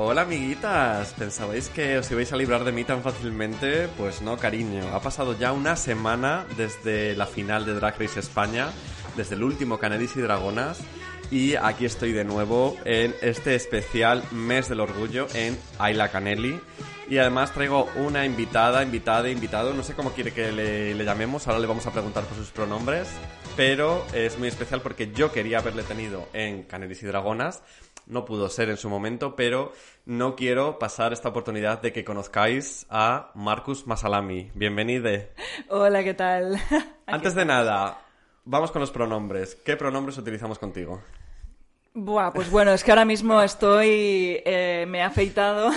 Hola amiguitas, ¿pensabais que os ibais a librar de mí tan fácilmente? Pues no, cariño, ha pasado ya una semana desde la final de Drag Race España, desde el último Canellis y Dragonas, y aquí estoy de nuevo en este especial Mes del Orgullo en Ayla Canelli. Y además traigo una invitado, no sé cómo quiere que le llamemos, ahora le vamos a preguntar por sus pronombres, pero es muy especial porque yo quería haberle tenido en Canellis y Dragonas, no pudo ser en su momento, pero no quiero pasar esta oportunidad de que conozcáis a Marcus Masalami. Bienvenide. Hola, ¿qué tal? Antes de nada, vamos con los pronombres. ¿Qué pronombres utilizamos contigo? Buah, pues bueno, es que ahora mismo estoy... me he afeitado.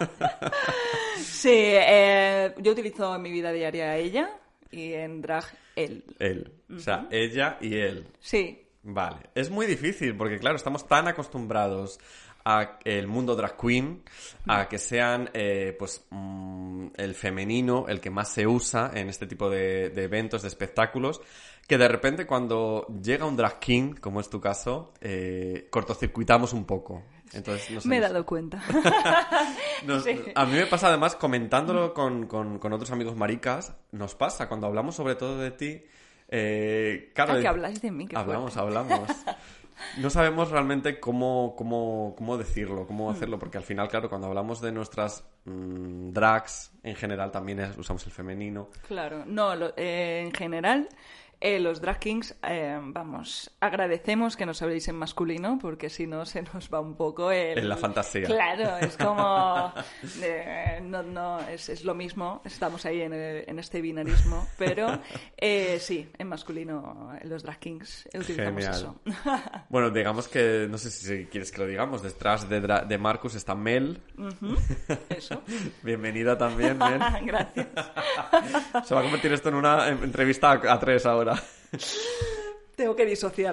Sí, yo utilizo en mi vida diaria ella y en drag él. Él. O sea, ella y él. Sí. Vale. Es muy difícil porque, claro, estamos tan acostumbrados a el mundo drag queen, a que sean, el femenino el que más se usa en este tipo de eventos, de espectáculos, que de repente cuando llega un drag king, como es tu caso, cortocircuitamos un poco. Entonces, no sé, Me he dado cuenta. Sí. A mí me pasa además, comentándolo con otros amigos maricas, nos pasa cuando hablamos sobre todo de ti. Claro, que habláis de mí. Hablamos. No sabemos realmente cómo decirlo, cómo hacerlo, porque al final, claro, cuando hablamos de nuestras drags, en general también usamos el femenino. Claro, no, en general... los drag kings, agradecemos que nos habléis en masculino, porque si no se nos va un poco en la fantasía. Claro, es como... es lo mismo, estamos ahí en este binarismo, pero sí, en masculino los drag kings utilizamos Genial. eso. Bueno, digamos que, no sé si quieres que lo digamos, detrás de Marcus está Mel. Eso. Bienvenida también, Mel. Gracias. Se va a convertir esto en una entrevista a tres ahora. Tengo que disociar.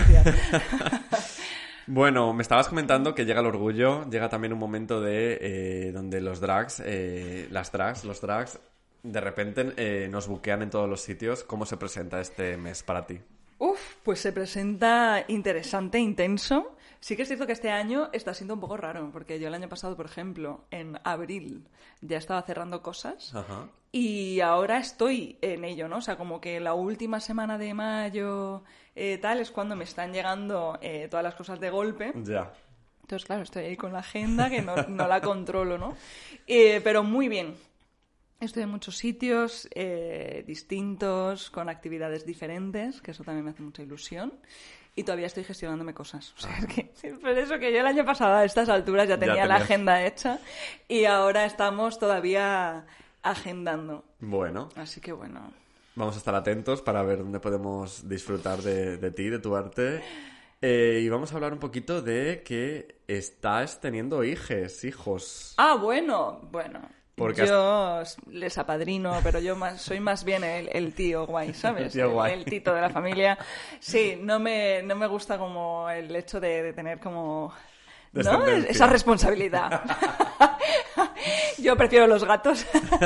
Bueno, me estabas comentando que llega el orgullo, llega también un momento de donde los drags, los drags, de repente nos buquean en todos los sitios. ¿Cómo se presenta este mes para ti? Pues se presenta interesante, intenso. Sí que es cierto que este año está siendo un poco raro, porque yo el año pasado, por ejemplo, en abril ya estaba cerrando cosas. Ajá. Y ahora estoy en ello, ¿no? O sea, como que la última semana de mayo tal es cuando me están llegando todas las cosas de golpe. Ya. Entonces, claro, estoy ahí con la agenda que no la controlo, ¿no? Pero muy bien. Estoy en muchos sitios distintos, con actividades diferentes, que eso también me hace mucha ilusión. Y todavía estoy gestionándome cosas. O sea, es que por eso que yo el año pasado a estas alturas ya tenía la agenda hecha y ahora estamos todavía agendando. Bueno. Así que bueno. Vamos a estar atentos para ver dónde podemos disfrutar de ti, de tu arte. Y vamos a hablar un poquito de que estás teniendo hijos. Ah, bueno. Porque yo les apadrino, pero yo soy más bien el tío guay, ¿sabes? El tío guay. El tito de la familia. Sí, no me gusta como el hecho de tener como... ¿no? Esa responsabilidad. Yo prefiero los gatos.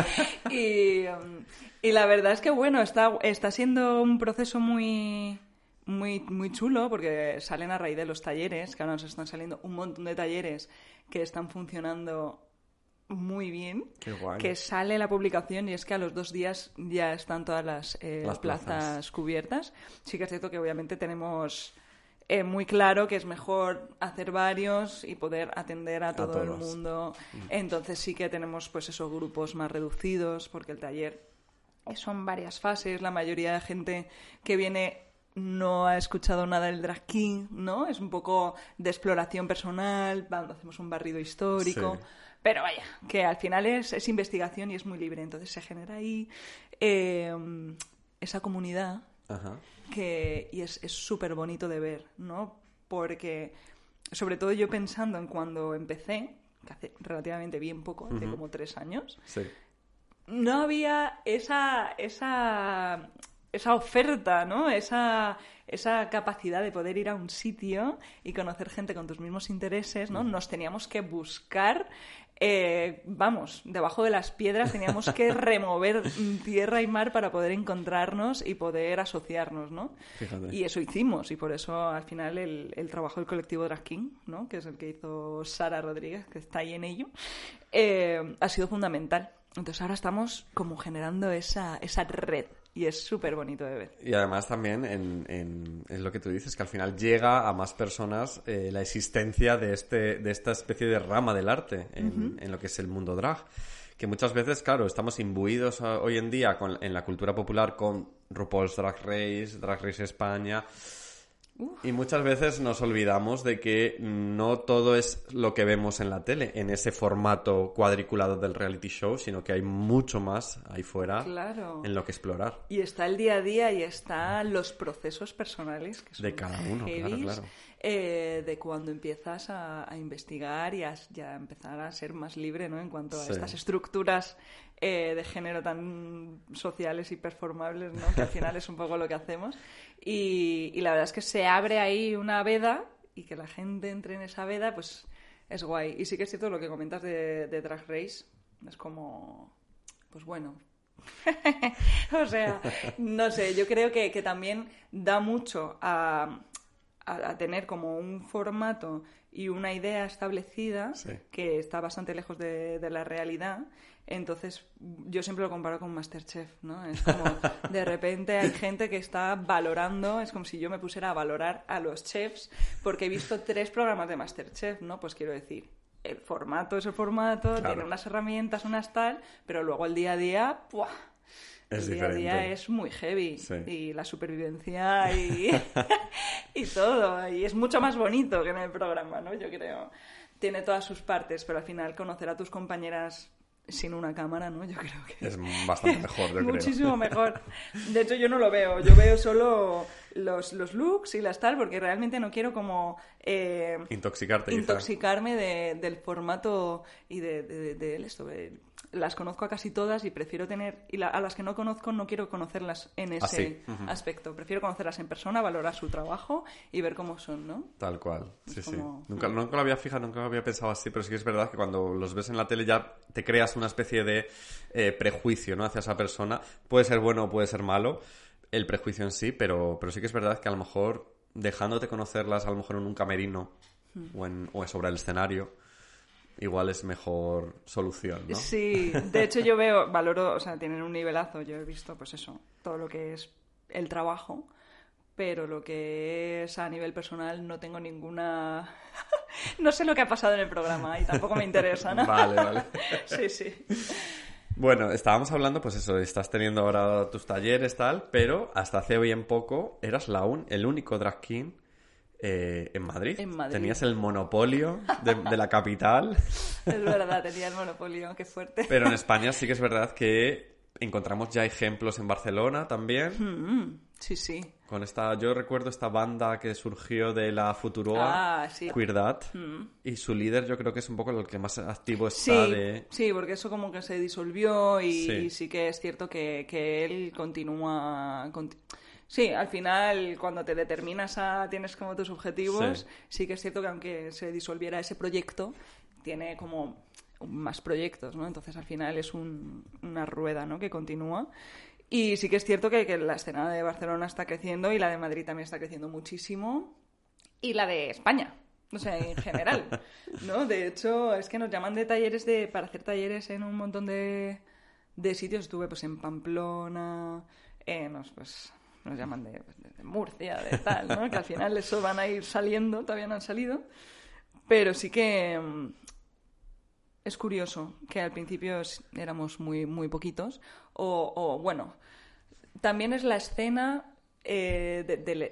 Y la verdad es que, bueno, está siendo un proceso muy chulo, porque salen a raíz de los talleres, que ahora nos están saliendo un montón de talleres que están funcionando muy bien. Qué guay. Que sale la publicación y es que a los 2 días ya están todas las plazas cubiertas. Sí que es cierto que obviamente tenemos muy claro que es mejor hacer varios y poder atender a todo el mundo. Entonces sí que tenemos pues esos grupos más reducidos, porque el taller son varias fases. La mayoría de gente que viene no ha escuchado nada del drag king, ¿no? Es un poco de exploración personal, hacemos un barrido histórico. Sí. Pero vaya, que al final es investigación y es muy libre. Entonces se genera ahí esa comunidad. Ajá. Y es súper bonito de ver, ¿no? Porque, sobre todo yo pensando en cuando empecé, que hace relativamente bien poco, hace como 3 años, sí. No había esa esa oferta, ¿no? Esa capacidad de poder ir a un sitio y conocer gente con tus mismos intereses, ¿no? Nos teníamos que buscar, debajo de las piedras, teníamos que remover tierra y mar para poder encontrarnos y poder asociarnos, ¿no? Fíjate. Y eso hicimos, y por eso al final el trabajo del colectivo Drag King, ¿no? Que es el que hizo Sara Rodríguez, que está ahí en ello, ha sido fundamental. Entonces ahora estamos como generando esa red. Y es súper bonito de ver. Y además también en lo que tú dices, que al final llega a más personas la existencia de esta especie de rama del arte en lo que es el mundo drag. Que muchas veces, claro, estamos imbuidos hoy en día en la cultura popular con RuPaul's Drag Race España... Y muchas veces nos olvidamos de que no todo es lo que vemos en la tele, en ese formato cuadriculado del reality show, sino que hay mucho más ahí fuera en lo que explorar. Y está el día a día y están los procesos personales que son de cada uno, claro. De cuando empiezas a investigar y a empezar a ser más libre, ¿no? En cuanto a estas estructuras de género tan sociales y performables, ¿no? Que al final es un poco lo que hacemos. Y la verdad es que se abre ahí una veda y que la gente entre en esa veda, pues es guay. Y sí que es cierto lo que comentas de Drag Race. Es como, pues bueno... O sea, no sé, yo creo que también da mucho a tener como un formato y una idea establecida que está bastante lejos de la realidad. Entonces yo siempre lo comparo con MasterChef, ¿no? Es como de repente hay gente que está valorando, es como si yo me pusiera a valorar a los chefs porque he visto 3 programas de MasterChef, ¿no? Pues quiero decir, el formato es el formato, tiene unas herramientas, unas tal, pero luego el día a día, ¡buah! Es el día a día es muy heavy y la supervivencia y todo, y es mucho más bonito que en el programa, ¿no? Yo creo, tiene todas sus partes, pero al final conocer a tus compañeras sin una cámara, ¿no? Yo creo que es bastante mejor, yo creo. Muchísimo mejor. De hecho, yo no lo veo. Yo veo solo los looks y las tal, porque realmente no quiero como... intoxicarme del formato y de esto. Las conozco a casi todas y prefiero tener... Y a las que no conozco no quiero conocerlas en ese aspecto. Prefiero conocerlas en persona, valorar su trabajo y ver cómo son, ¿no? Tal cual. Sí. Nunca lo había fijado, nunca lo había pensado así, pero sí que es verdad que cuando los ves en la tele ya te creas una especie de prejuicio, ¿no? Hacia esa persona. Puede ser bueno o puede ser malo el prejuicio en sí, pero sí que es verdad que a lo mejor dejándote conocerlas a lo mejor en un camerino o sobre el escenario, igual es mejor solución, ¿no? Sí, de hecho valoro, o sea, tienen un nivelazo. Yo he visto, pues eso, todo lo que es el trabajo, pero lo que es a nivel personal no tengo ninguna... No sé lo que ha pasado en el programa y tampoco me interesa, ¿no? Vale. Sí. Bueno, estábamos hablando, pues eso, estás teniendo ahora tus talleres, tal, pero hasta hace bien poco eras el único drag king en Madrid. Tenías el monopolio de la capital. Es verdad, tenía el monopolio, qué fuerte. Pero en España sí que es verdad que encontramos ya ejemplos en Barcelona también. Sí. Con yo recuerdo esta banda que surgió de la Futuroa, Queerdad, y su líder yo creo que es un poco el que más activo está Sí, porque eso como que se disolvió y sí que es cierto que él continúa... Sí, al final, cuando te determinas tienes como tus objetivos, sí que es cierto que aunque se disolviera ese proyecto, tiene como más proyectos, ¿no? Entonces, al final es una rueda, ¿no? Que continúa. Y sí que es cierto que la escena de Barcelona está creciendo y la de Madrid también está creciendo muchísimo. Y la de España, o sea, en general, ¿no? De hecho, es que nos llaman de talleres para hacer talleres en un montón de sitios. Estuve pues en Pamplona, nos llaman de Murcia, de tal, ¿no? Que al final eso van a ir saliendo, todavía no han salido. Pero sí que es curioso que al principio éramos muy, muy poquitos. O bueno, también es la escena de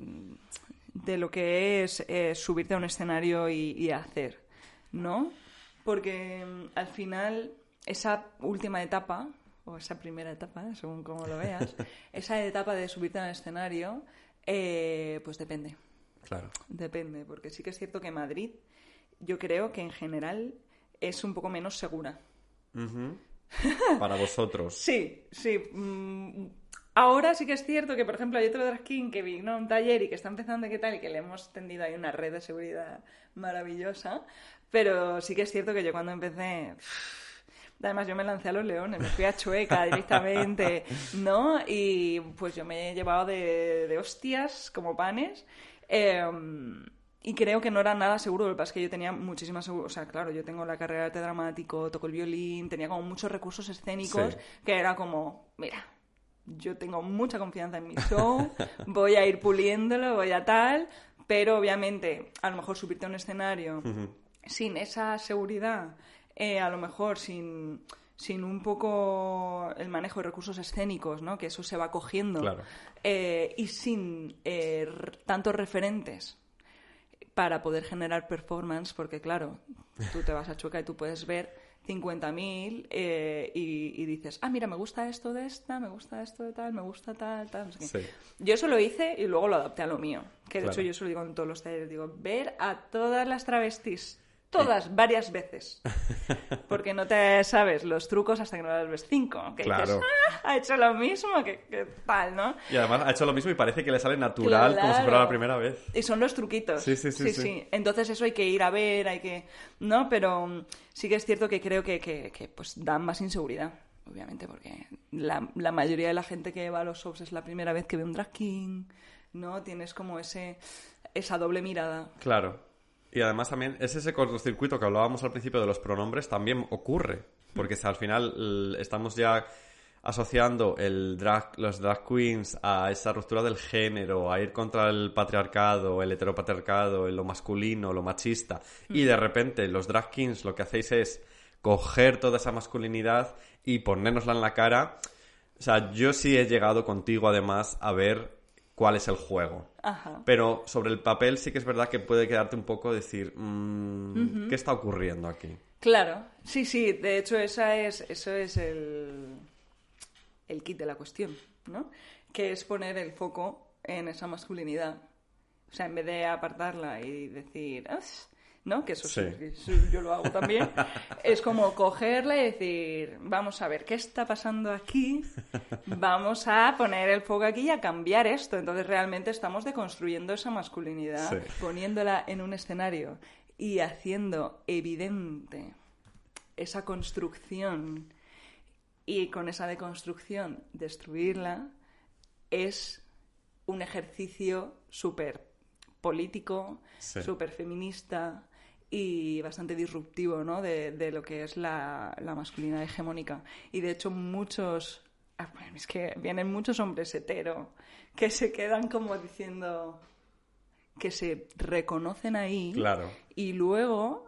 lo que es subirte a un escenario y hacer, ¿no? Porque al final esa última etapa... o esa primera etapa, según como lo veas, esa etapa de subirte al escenario, pues depende. Claro. Depende, porque sí que es cierto que Madrid, yo creo que en general es un poco menos segura. Para vosotros. Sí. Ahora sí que es cierto que, por ejemplo, hay otro drag king que vino a un taller y que está empezando, ¿qué tal? Y que le hemos tendido ahí una red de seguridad maravillosa. Pero sí que es cierto que yo cuando empecé... Además, yo me lancé a los leones, me fui a Chueca directamente, ¿no? Y pues yo me he llevado de hostias como panes. Y creo que no era nada seguro, lo que pasa es que yo tenía muchísimas... O sea, claro, yo tengo la carrera de arte dramático, toco el violín, tenía como muchos recursos escénicos que era como, mira... Yo tengo mucha confianza en mi show, voy a ir puliéndolo, voy a tal, pero obviamente a lo mejor subirte a un escenario sin esa seguridad, a lo mejor sin un poco el manejo de recursos escénicos, ¿no? Que eso se va cogiendo, claro. Y sin tantos referentes para poder generar performance, porque claro, tú te vas a Chueca y tú puedes ver 50.000 y dices, mira, me gusta esto de esta, me gusta esto de tal, me gusta tal, no sé qué. Sí. Yo eso lo hice y luego lo adapté a lo mío. Que de hecho yo eso lo digo en todos los talleres. Digo, ver a todas las travestis, todas, varias veces. Porque no te sabes los trucos hasta que no las ves 5. Que claro. dices, ha hecho lo mismo, que tal, ¿no? Y además ha hecho lo mismo y parece que le sale natural, como si fuera la primera vez. Y son los truquitos. Sí. Entonces eso hay que ir a ver, hay que... ¿no? Pero sí que es cierto que creo que pues dan más inseguridad, obviamente, porque la mayoría de la gente que va a los shows es la primera vez que ve un drag king, ¿no? Tienes como esa doble mirada. Claro. Y además también es ese cortocircuito que hablábamos al principio de los pronombres también ocurre. Porque al final estamos ya asociando los drag queens a esa ruptura del género, a ir contra el patriarcado, el heteropatriarcado, lo masculino, lo machista. Y de repente los drag kings lo que hacéis es coger toda esa masculinidad y ponérnosla en la cara. O sea, yo sí he llegado contigo además a ver cuál es el juego. Ajá. Pero sobre el papel sí que es verdad que puede quedarte un poco decir, ¿qué está ocurriendo aquí? Claro, sí, de hecho eso es el kit de la cuestión, ¿no? Que es poner el foco en esa masculinidad. O sea, en vez de apartarla y decir, ¿no? Que eso yo lo hago también. Es como cogerla y decir, vamos a ver, ¿qué está pasando aquí? Vamos a poner el foco aquí y a cambiar esto. Entonces realmente estamos deconstruyendo esa masculinidad, poniéndola en un escenario y haciendo evidente esa construcción, y con esa deconstrucción destruirla, es un ejercicio súper político, súper feminista y bastante disruptivo, ¿no? de lo que es la masculinidad hegemónica. Y de hecho es que vienen muchos hombres hetero que se quedan como diciendo que se reconocen ahí, claro. Y luego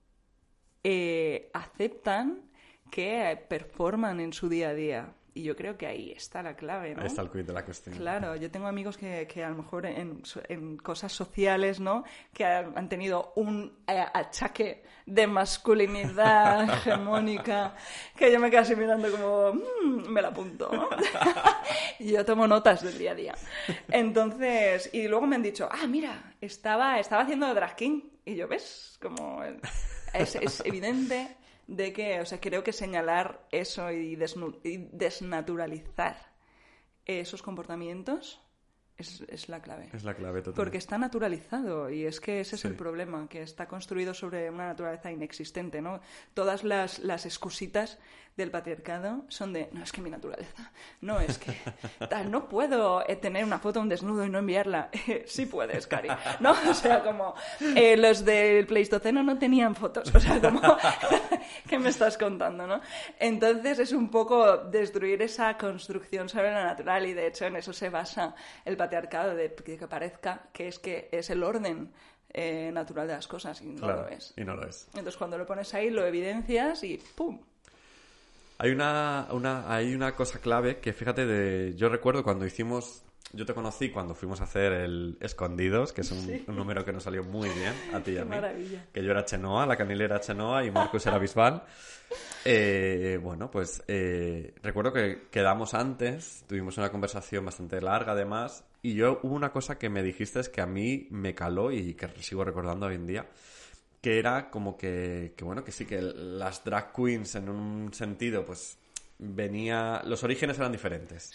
aceptan que performan en su día a día. Y yo creo que ahí está la clave, ¿no? Ahí está el quid de la cuestión. Claro, yo tengo amigos que a lo mejor en cosas sociales, ¿no? Que han tenido un achaque de masculinidad hegemónica, que yo me quedo así mirando como, me la apunto, ¿no? Y yo tomo notas del día a día. Entonces, y luego me han dicho, mira, estaba haciendo drag king. Y yo, ¿ves? Como es evidente de que, o sea, creo que señalar eso y desnaturalizar esos comportamientos es la clave. Es la clave total. Porque está naturalizado y es que ese es el problema, que está construido sobre una naturaleza inexistente, ¿no? Todas las excusitas del patriarcado son de, no, es que mi naturaleza, no, es que tal, no puedo tener una foto de un desnudo y no enviarla. Sí puedes, Cari, ¿no? O sea, como los del Pleistoceno no tenían fotos, o sea, como ¿qué me estás contando, no? Entonces es un poco destruir esa construcción sobre lo natural y de hecho en eso se basa el patriarcado, de que parezca que es el orden natural de las cosas y no lo es. Y no lo es. Entonces cuando lo pones ahí lo evidencias y ¡pum! Hay una cosa clave que, fíjate, yo recuerdo cuando yo te conocí cuando fuimos a hacer el Escondidos, que es un número que nos salió muy bien a ti y a mí. Maravilla. Que yo era Chenoa, la Camila era Chenoa y Marcus era Bisbal. Bueno, pues recuerdo que quedamos antes, tuvimos una conversación bastante larga además, y hubo una cosa que me dijiste es que a mí me caló y que sigo recordando hoy en día, que era como que bueno, que sí, que las drag queens en un sentido, pues los orígenes eran diferentes. Sí.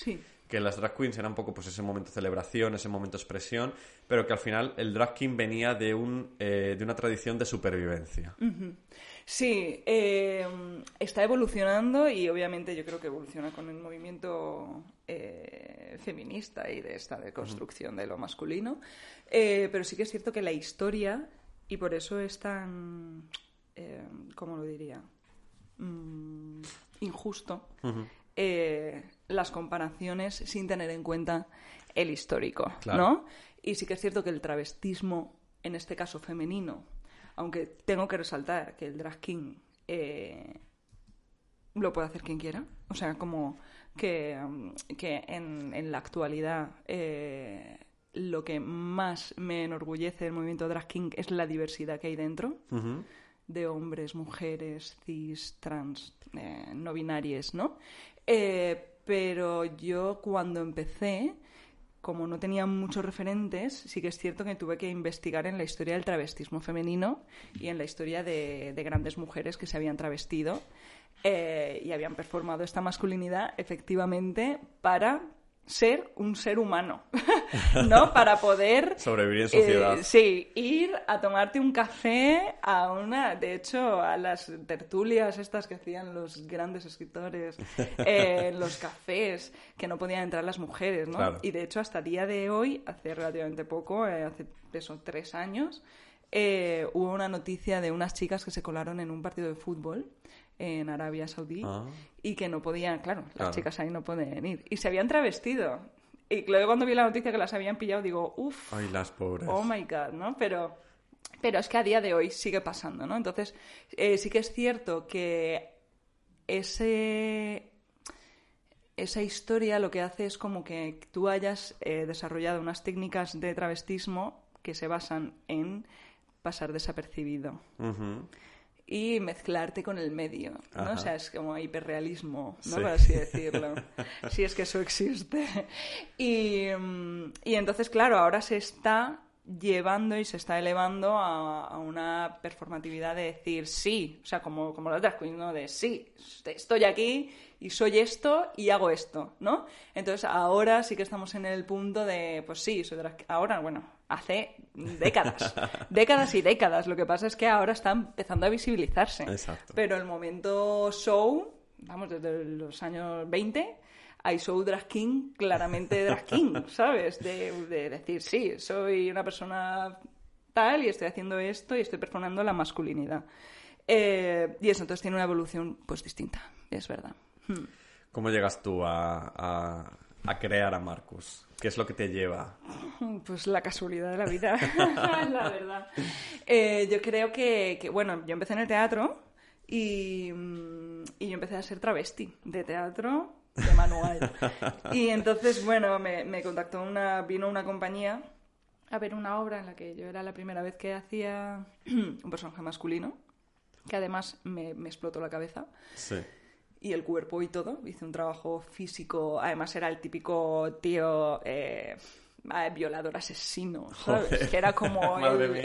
que las drag queens eran un poco pues ese momento de celebración, ese momento de expresión, pero que al final el drag king venía de una tradición de supervivencia. Uh-huh. Sí, está evolucionando y obviamente yo creo que evoluciona con el movimiento feminista y de esta deconstrucción de lo masculino, pero sí que es cierto que la historia, y por eso es tan, ¿cómo lo diría? Injusto, las comparaciones sin tener en cuenta el histórico, claro. ¿No? Y sí que es cierto que el travestismo, en este caso femenino, aunque tengo que resaltar que el drag king lo puede hacer quien quiera, o sea, como que en la actualidad lo que más me enorgullece del movimiento drag king es la diversidad que hay dentro, de hombres, mujeres, cis, trans, no binarias, ¿no? Pero yo cuando empecé, como no tenía muchos referentes, sí que es cierto que tuve que investigar en la historia del travestismo femenino y en la historia de grandes mujeres que se habían travestido y habían performado esta masculinidad efectivamente para ser un ser humano, ¿no? Para poder... sobrevivir en sociedad. Sí, ir a tomarte un café de hecho, a las tertulias estas que hacían los grandes escritores, los cafés, que no podían entrar las mujeres, ¿no? Claro. Y de hecho, hasta el día de hoy, hace relativamente poco, hace 3 años, hubo una noticia de unas chicas que se colaron en un partido de fútbol en Arabia Saudí y que no podían, claro, las chicas ahí no pueden ir. Y se habían travestido. Y luego cuando vi la noticia que las habían pillado, digo, uff, ay, las pobres. Oh my God, ¿no? Pero es que a día de hoy sigue pasando, ¿no? Entonces, sí que es cierto que esa historia lo que hace es como que tú hayas desarrollado unas técnicas de travestismo que se basan en pasar desapercibido. Y mezclarte con el medio, ¿no? Ajá. O sea, es como hiperrealismo, ¿no? Sí. Por así decirlo. Si es que eso existe. Y entonces, claro, ahora se está llevando y se está elevando a una performatividad de decir sí, o sea, como la drag queen, ¿no? De sí, estoy aquí y soy esto y hago esto, ¿no? Entonces ahora sí que estamos en el punto de, pues sí, soy drag. Ahora, bueno, hace décadas y décadas. Lo que pasa es que ahora está empezando a visibilizarse. Exacto. Pero el momento show, vamos, desde los años 20... hay show drag king, claramente drag king, ¿sabes? De decir, sí, soy una persona tal y estoy haciendo esto y estoy performando la masculinidad. Y eso, entonces tiene una evolución pues distinta, es verdad. ¿Cómo llegas tú a crear a Marcus? ¿Qué es lo que te lleva? Pues la casualidad de la vida, la verdad. Yo creo que, bueno, yo empecé en el teatro y yo empecé a ser travesti de teatro de manual. Y entonces, bueno, me contactó vino una compañía a ver una obra en la que yo era la primera vez que hacía un personaje masculino, que además me explotó la cabeza. Sí. Y el cuerpo y todo. Hice un trabajo físico. Además era el típico tío violador asesino, ¿sabes? Joder. Que era como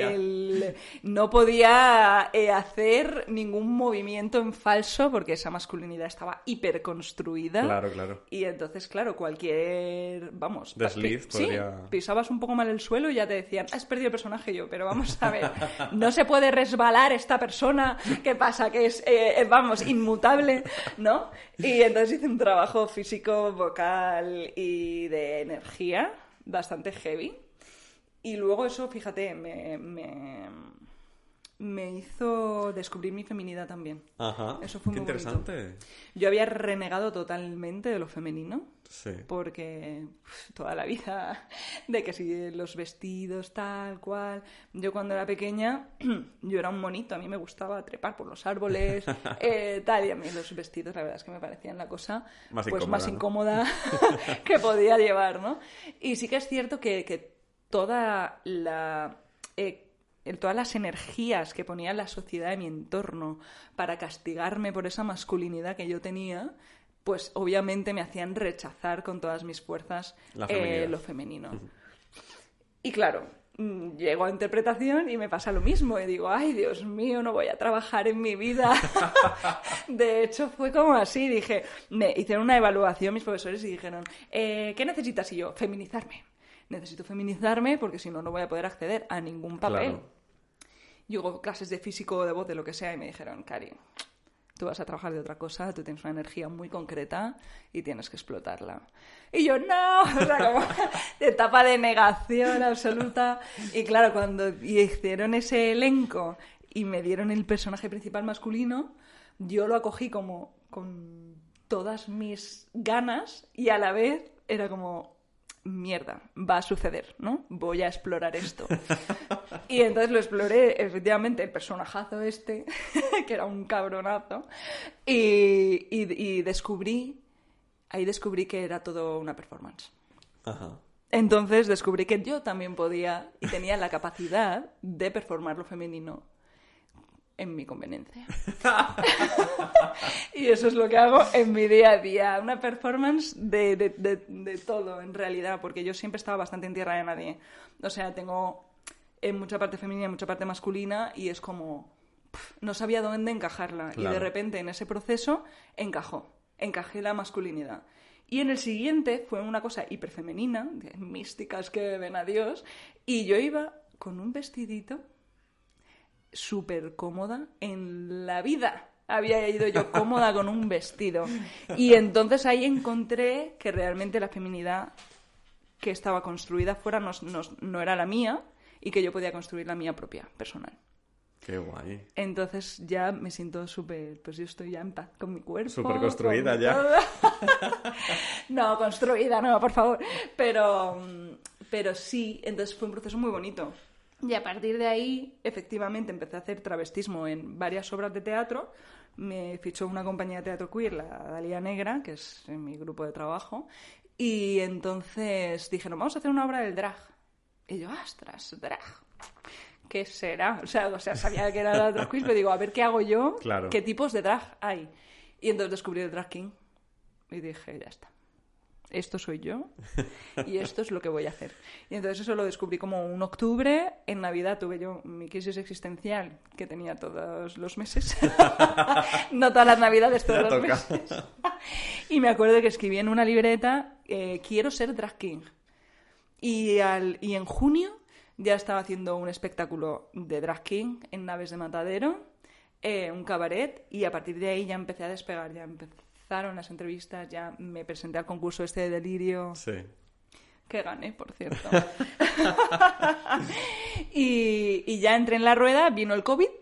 no podía hacer ningún movimiento en falso porque esa masculinidad estaba hiperconstruida. Claro. Y entonces, claro, cualquier... Vamos... desliz podría... Sí, pisabas un poco mal el suelo y ya te decían, has perdido el personaje. Yo, pero vamos a ver, no se puede resbalar esta persona. ¿Qué pasa? Que es, vamos, inmutable, ¿no? Y entonces hice un trabajo físico, vocal y de energía bastante heavy. Y luego eso, fíjate, me hizo descubrir mi feminidad también. Ajá. Eso fue muy interesante. Bonito. Yo había renegado totalmente de lo femenino. Sí. Porque toda la vida de que si los vestidos tal cual. Yo cuando era pequeña yo era un monito, a mí me gustaba trepar por los árboles, tal, y a mí los vestidos la verdad es que me parecían la cosa más incómoda que podía llevar, ¿no? Y sí que es cierto que todas las energías que ponía la sociedad de mi entorno para castigarme por esa masculinidad que yo tenía, pues obviamente me hacían rechazar con todas mis fuerzas lo femenino. Y claro, llego a interpretación y me pasa lo mismo. Y digo, ay, Dios mío, no voy a trabajar en mi vida. De hecho, fue como así. Dije, me hicieron una evaluación mis profesores y dijeron, ¿qué necesitas? Y yo, feminizarme. Necesito feminizarme porque si no, no voy a poder acceder a ningún papel. Claro. Yo clases de físico, de voz, de lo que sea, y me dijeron, Cari, tú vas a trabajar de otra cosa, tú tienes una energía muy concreta y tienes que explotarla. Y yo, no, o sea, como etapa de negación absoluta. Y claro, cuando hicieron ese elenco y me dieron el personaje principal masculino, yo lo acogí como con todas mis ganas y a la vez era como, mierda, va a suceder, ¿no? Voy a explorar esto. Y entonces lo exploré, efectivamente, el personajazo este, que era un cabronazo, y descubrí que era todo una performance. Ajá. Entonces descubrí que yo también podía y tenía la capacidad de performar lo femenino en mi conveniencia. Y eso es lo que hago en mi día a día. Una performance de todo, en realidad, porque yo siempre estaba bastante en tierra de nadie. O sea, tengo mucha parte femenina y mucha parte masculina y es como... no sabía dónde encajarla. Claro. Y de repente en ese proceso encajé la masculinidad. Y en el siguiente fue una cosa hiperfemenina, de místicas que ven a Dios, y yo iba con un vestidito súper cómoda en la vida. Había ido yo cómoda con un vestido. Y entonces ahí encontré que realmente la feminidad que estaba construida fuera no era la mía y que yo podía construir la mía propia, personal. Qué guay. Entonces ya me siento súper... Pues yo estoy ya en paz con mi cuerpo. Súper construida ya. No, construida no, por favor. Pero sí, entonces fue un proceso muy bonito. Y a partir de ahí, efectivamente, empecé a hacer travestismo en varias obras de teatro. Me fichó una compañía de teatro queer, la Dalia Negra, que es mi grupo de trabajo. Y entonces dijeron, vamos a hacer una obra del drag. Y yo, ¡ostras, drag! ¿Qué será? O sea, sabía que era la drag queen, pero digo, a ver qué hago yo, claro. ¿Qué tipos de drag hay? Y entonces descubrí el drag king. Y dije, ya está. Esto soy yo y esto es lo que voy a hacer. Y entonces eso lo descubrí como un octubre. En Navidad tuve yo mi crisis existencial que tenía todos los meses. No todas las Navidades, todos los meses. Y me acuerdo que escribí en una libreta, quiero ser drag king. Y en junio ya estaba haciendo un espectáculo de drag king en Naves de Matadero, un cabaret, y a partir de ahí ya empecé a despegar, ya empezaron las entrevistas, ya me presenté al concurso este de Delirio. Sí. Que gané, por cierto. y ya entré en la rueda, vino el COVID.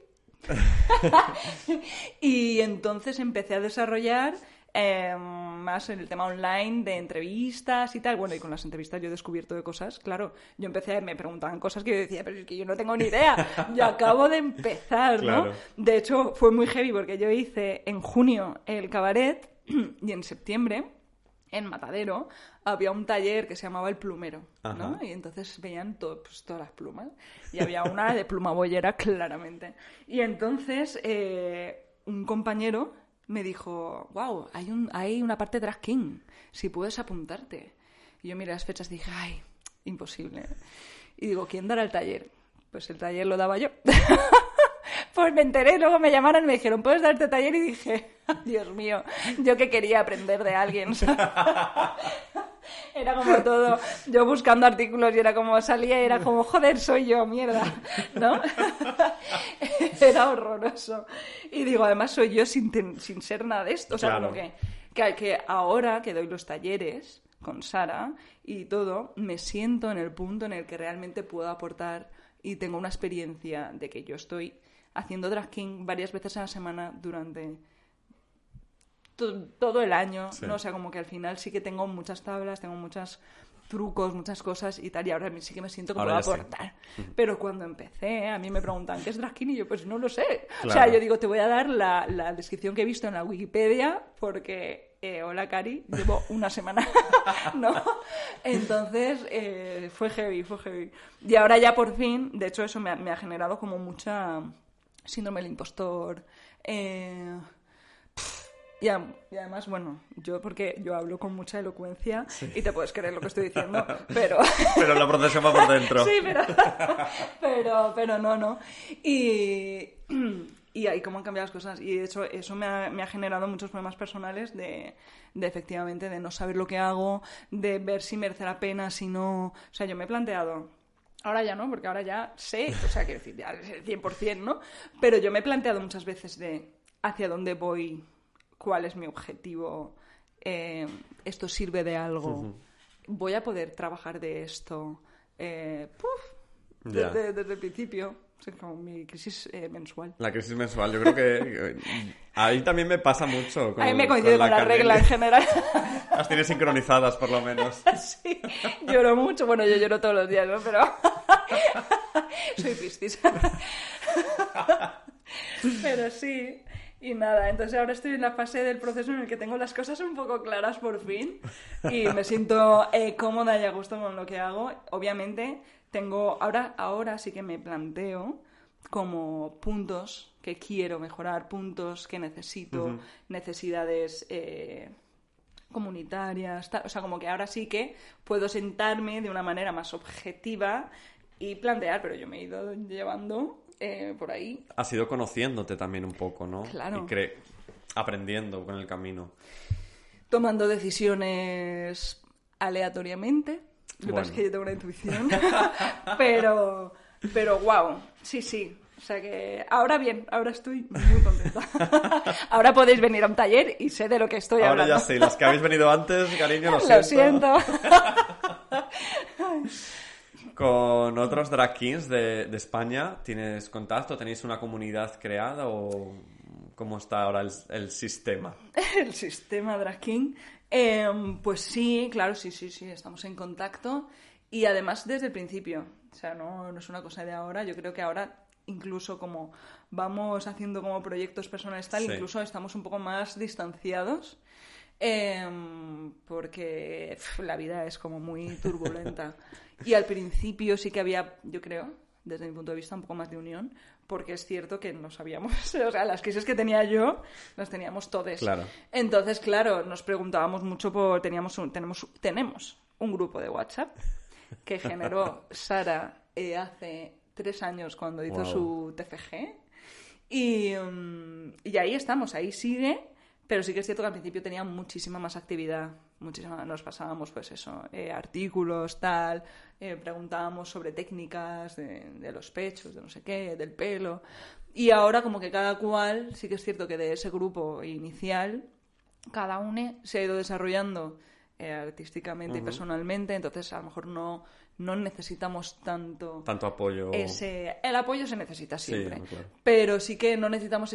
Y entonces empecé a desarrollar más en el tema online de entrevistas y tal. Bueno, y con las entrevistas yo he descubierto de cosas. Claro, me preguntaban cosas que yo decía, pero es que yo no tengo ni idea. Yo acabo de empezar, ¿no? Claro. De hecho, fue muy heavy porque yo hice en junio el cabaret y en septiembre, en Matadero, había un taller que se llamaba El Plumero, ¿no? Y entonces veían todas las plumas. Y había una de pluma boyera, claramente. Y entonces un compañero me dijo, wow, hay una parte drag king, si puedes apuntarte. Y yo miré las fechas y dije, ay, imposible. Y digo, ¿quién dará el taller? Pues el taller lo daba yo. Pues me enteré, luego me llamaron y me dijeron, ¿puedes darte taller? Y dije, Dios mío, yo que quería aprender de alguien. Era como todo, yo buscando artículos y era como salía y era como, joder, soy yo, mierda, ¿no? Era horroroso. Y digo, además soy yo sin ser nada de esto. O sea, claro. Como que ahora que doy los talleres con Sara y todo, me siento en el punto en el que realmente puedo aportar y tengo una experiencia de que yo estoy haciendo drag king varias veces a la semana durante todo el año, sí. ¿No? O sea, como que al final sí que tengo muchas tablas, tengo muchos trucos, muchas cosas y tal, y ahora sí que me siento que puedo aportar. Sí. Pero cuando empecé, a mí me preguntan, ¿qué es drag king? Y yo, pues no lo sé. Claro. O sea, yo digo, te voy a dar la descripción que he visto en la Wikipedia, porque, hola, Cari, llevo una semana, ¿no? Entonces, fue heavy. Y ahora ya por fin, de hecho, eso me ha generado como mucha síndrome del impostor, Y además, bueno, porque yo hablo con mucha elocuencia y te puedes creer lo que estoy diciendo, pero... Pero la procesión va por dentro. Sí, pero no. Y ahí cómo han cambiado las cosas. Y de hecho eso me ha generado muchos problemas personales de efectivamente, de no saber lo que hago, de ver si merece la pena, si no... O sea, yo me he planteado... Ahora ya no, porque ahora ya sé, o sea, quiero decir, ya es el 100%, ¿no? Pero yo me he planteado muchas veces de hacia dónde voy, cuál es mi objetivo, esto sirve de algo, voy a poder trabajar de esto, desde el principio. Es como mi crisis mensual. La crisis mensual, yo creo que ahí también me pasa mucho. A mí me coincide con la regla en general. Las tienes sincronizadas, por lo menos. Sí, lloro mucho. Bueno, yo lloro todos los días, ¿no? Pero soy Piscis. Pero sí. Y nada, entonces ahora estoy en la fase del proceso en el que tengo las cosas un poco claras por fin y me siento cómoda y a gusto con lo que hago. Obviamente tengo ahora sí que me planteo como puntos que quiero mejorar, puntos que necesito, necesidades comunitarias, o sea, como que ahora sí que puedo sentarme de una manera más objetiva y plantear, pero yo me he ido llevando por ahí. Has ido conociéndote también un poco, ¿no? Claro. Y aprendiendo con el camino. Tomando decisiones aleatoriamente. Lo que pasa es que yo tengo una intuición. pero wow, sí. O sea que ahora estoy muy contenta. Ahora podéis venir a un taller y sé de lo que estoy hablando. Ahora ya sé, las que habéis venido antes, cariño, lo siento. ¿Con otros drag kings de España tienes contacto? ¿Tenéis una comunidad creada o cómo está ahora el sistema? El sistema drag king. Pues sí, claro, sí, estamos en contacto y además desde el principio. O sea, no es una cosa de ahora. Yo creo que ahora, incluso como vamos haciendo como proyectos personales tal, sí, incluso estamos un poco más distanciados. Porque la vida es como muy turbulenta. Y al principio sí que había, yo creo, desde mi punto de vista, un poco más de unión, porque es cierto que no sabíamos, o sea, las crisis que tenía yo las teníamos todos. Claro. Entonces, claro, nos preguntábamos mucho tenemos un grupo de WhatsApp que generó Sara hace 3 años cuando hizo su TFG y ahí estamos, ahí sigue. Pero sí que es cierto que al principio tenía muchísima más actividad, nos pasábamos pues eso, artículos, tal, preguntábamos sobre técnicas de los pechos, de no sé qué, del pelo. Y ahora como que cada cual, sí que es cierto que de ese grupo inicial, cada uno se ha ido desarrollando artísticamente y personalmente, entonces a lo mejor no necesitamos tanto apoyo. El apoyo se necesita siempre, sí, claro. Pero sí que no necesitamos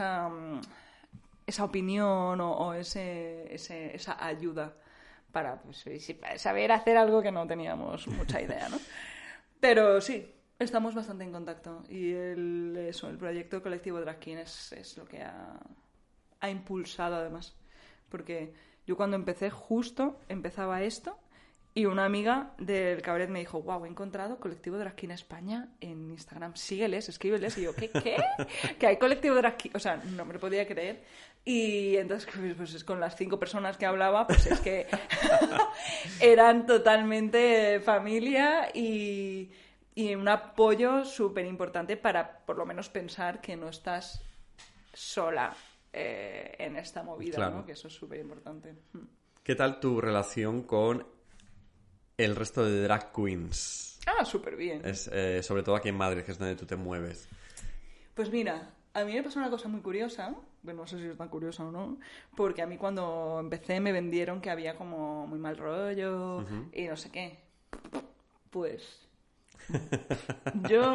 esa opinión o esa ayuda para saber hacer algo que no teníamos mucha idea, ¿no? Pero sí, estamos bastante en contacto y el proyecto colectivo Drag King es lo que ha impulsado además, porque yo cuando empezaba esto y una amiga del cabaret me dijo, wow, he encontrado colectivo Drag King España en Instagram, sígueles, escríbeles. Y yo, ¿qué? ¿Que hay colectivo Drag King? O sea, no me lo podía creer. Y entonces, pues con las 5 personas que hablaba, pues es que eran totalmente familia y un apoyo súper importante para por lo menos pensar que no estás sola en esta movida, claro, ¿no? Que eso es súper importante. ¿Qué tal tu relación con el resto de drag queens? Súper bien. Sobre todo aquí en Madrid, que es donde tú te mueves. Pues mira, a mí me pasó una cosa muy curiosa, bueno, no sé si es tan curiosa o no, porque a mí cuando empecé me vendieron que había como muy mal rollo y no sé qué. Pues yo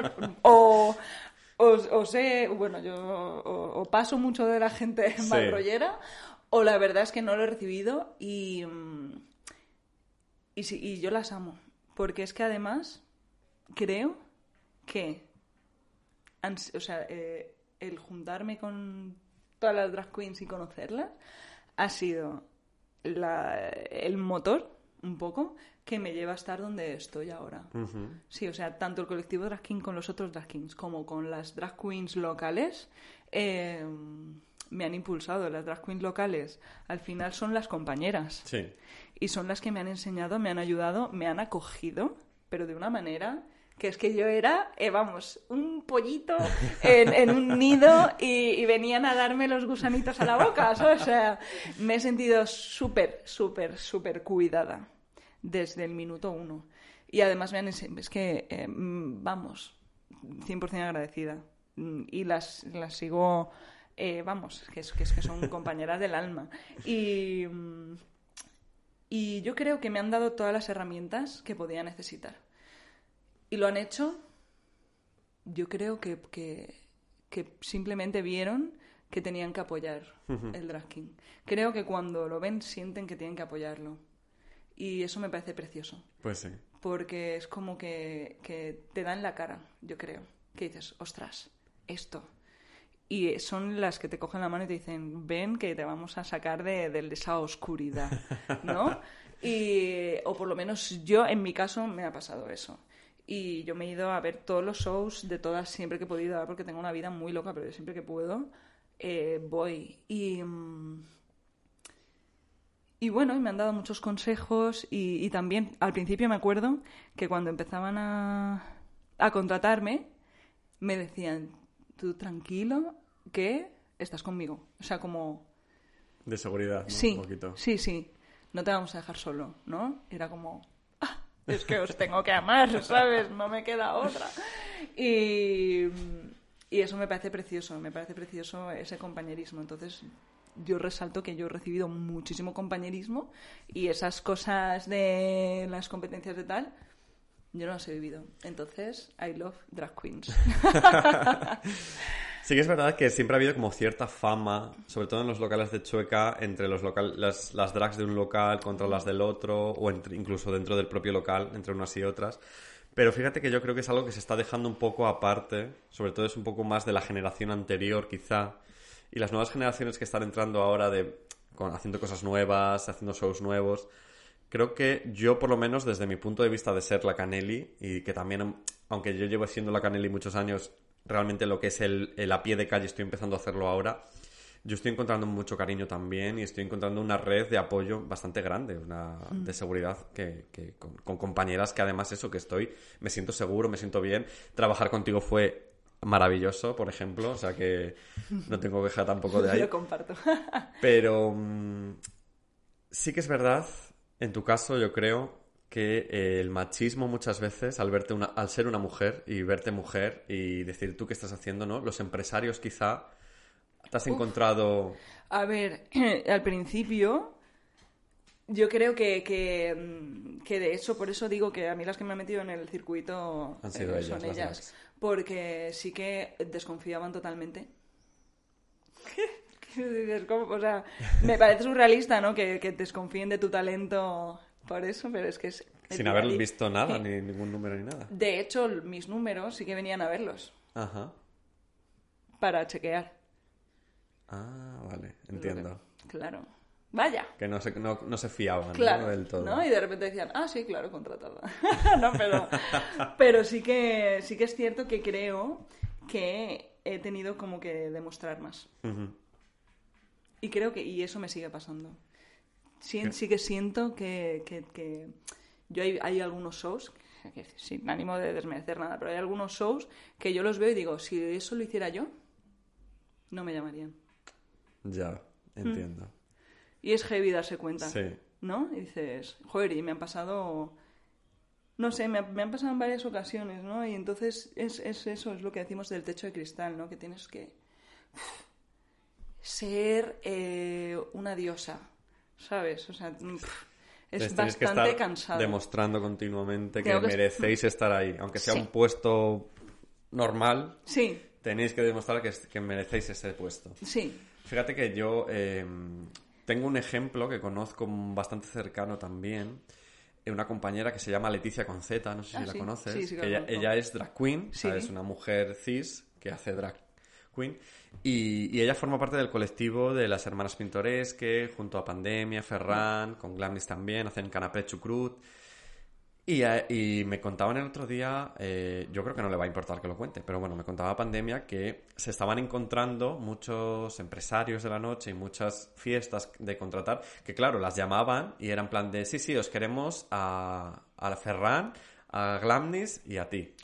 o sé, bueno, yo o paso mucho de la gente mal rollera, o la verdad es que no lo he recibido y yo las amo, porque es que además creo que el juntarme con todas las drag queens y conocerlas ha sido el motor un poco que me lleva a estar donde estoy ahora. Sí, o sea, tanto el colectivo Drag King con los otros drag kings como con las drag queens locales me han impulsado. Las drag queens locales al final son las compañeras. Sí. Y son las que me han enseñado, me han ayudado, me han acogido, pero de una manera que es que yo era, un pollito en un nido y venían a darme los gusanitos a la boca, ¿sabes? O sea, me he sentido súper, súper, súper cuidada desde el minuto 1. Y además me han enseñado, es que, 100% agradecida. Y las sigo, que son compañeras del alma. Y yo creo que me han dado todas las herramientas que podía necesitar. Y lo han hecho, yo creo que simplemente vieron que tenían que apoyar el drag king. Creo que cuando lo ven sienten que tienen que apoyarlo. Y eso me parece precioso. Pues sí. Porque es como que te dan la cara, yo creo. Que dices, ostras, esto. Y son las que te cogen la mano y te dicen, ven que te vamos a sacar de esa oscuridad, ¿no? O por lo menos yo, en mi caso, me ha pasado eso. Y yo me he ido a ver todos los shows de todas siempre que he podido, porque tengo una vida muy loca, pero siempre que puedo voy. Y bueno, me han dado muchos consejos y también al principio me acuerdo que cuando empezaban a contratarme me decían, tú tranquilo que estás conmigo. O sea, como... De seguridad, ¿no? Sí, un poquito. sí. No te vamos a dejar solo, ¿no? Era como... es que os tengo que amar, ¿sabes? No me queda otra. Y eso me parece precioso ese compañerismo. Entonces, yo resalto que yo he recibido muchísimo compañerismo y esas cosas de las competencias de tal, yo no las he vivido. Entonces, I love drag queens. Sí que es verdad que siempre ha habido como cierta fama, sobre todo en los locales de Chueca, entre las drags de un local contra las del otro, o incluso dentro del propio local, entre unas y otras. Pero fíjate que yo creo que es algo que se está dejando un poco aparte, sobre todo es un poco más de la generación anterior, quizá, y las nuevas generaciones que están entrando ahora haciendo cosas nuevas, haciendo shows nuevos. Creo que yo, por lo menos, desde mi punto de vista de ser la Canelli, y que también, aunque yo llevo siendo la Canelli muchos años, realmente lo que es el a pie de calle estoy empezando a hacerlo ahora. Yo estoy encontrando mucho cariño también y estoy encontrando una red de apoyo bastante grande, de seguridad con compañeras que además me siento seguro, me siento bien. Trabajar contigo fue maravilloso, por ejemplo, o sea que no tengo queja tampoco de ahí. Lo comparto. Pero sí que es verdad, en tu caso yo creo que el machismo muchas veces, al ser una mujer y verte mujer y decir tú qué estás haciendo, ¿no? Los empresarios quizá te has encontrado... A ver, al principio yo creo que de hecho, por eso digo que a mí las que me han metido en el circuito han sido son ellas, porque sí que desconfiaban totalmente. O sea, me parece surrealista, ¿no? Que desconfíen de tu talento... Por eso, pero es que es... Sin haber visto nada, ni ningún número ni nada. De hecho, mis números sí que venían a verlos. Ajá. Para chequear. Ah, vale, entiendo. Claro. Vaya. Que no se fiaban, claro, ¿no? Del todo. ¿no? Y de repente decían, sí, claro, contratada. No, pero sí que es cierto que creo que he tenido como que demostrar más. Uh-huh. Y creo y eso me sigue pasando. Sí que siento que yo hay algunos shows, sin ánimo de desmerecer nada, pero hay algunos shows que yo los veo y digo, si eso lo hiciera yo, no me llamarían. Ya, entiendo. Y es heavy darse cuenta, sí. ¿no? Y dices, joder, y me han pasado... No sé, me han pasado en varias ocasiones, ¿no? Y entonces es eso, es lo que decimos del techo de cristal, ¿no? Que tienes que ser una diosa, ¿sabes? O sea, es bastante que estar cansado. Demostrando continuamente que merecéis estar ahí. Aunque sea un puesto normal, sí. Tenéis que demostrar que merecéis ese puesto. Sí. Fíjate que yo tengo un ejemplo que conozco bastante cercano también. Una compañera que se llama Leticia con Z, no sé si la conoces. Sí, que ella es drag queen, sí. O sea, es una mujer cis que hace drag queen. Y ella forma parte del colectivo de las Hermanas Pintoresque, junto a Pandemia, Ferran, con Glamnis también, hacen Canapé Chucrut. Y me contaban el otro día, yo creo que no le va a importar que lo cuente, pero bueno, me contaba Pandemia que se estaban encontrando muchos empresarios de la noche y muchas fiestas de contratar, que claro, las llamaban y eran plan de, sí, os queremos a Ferran, a Glamnis y a ti.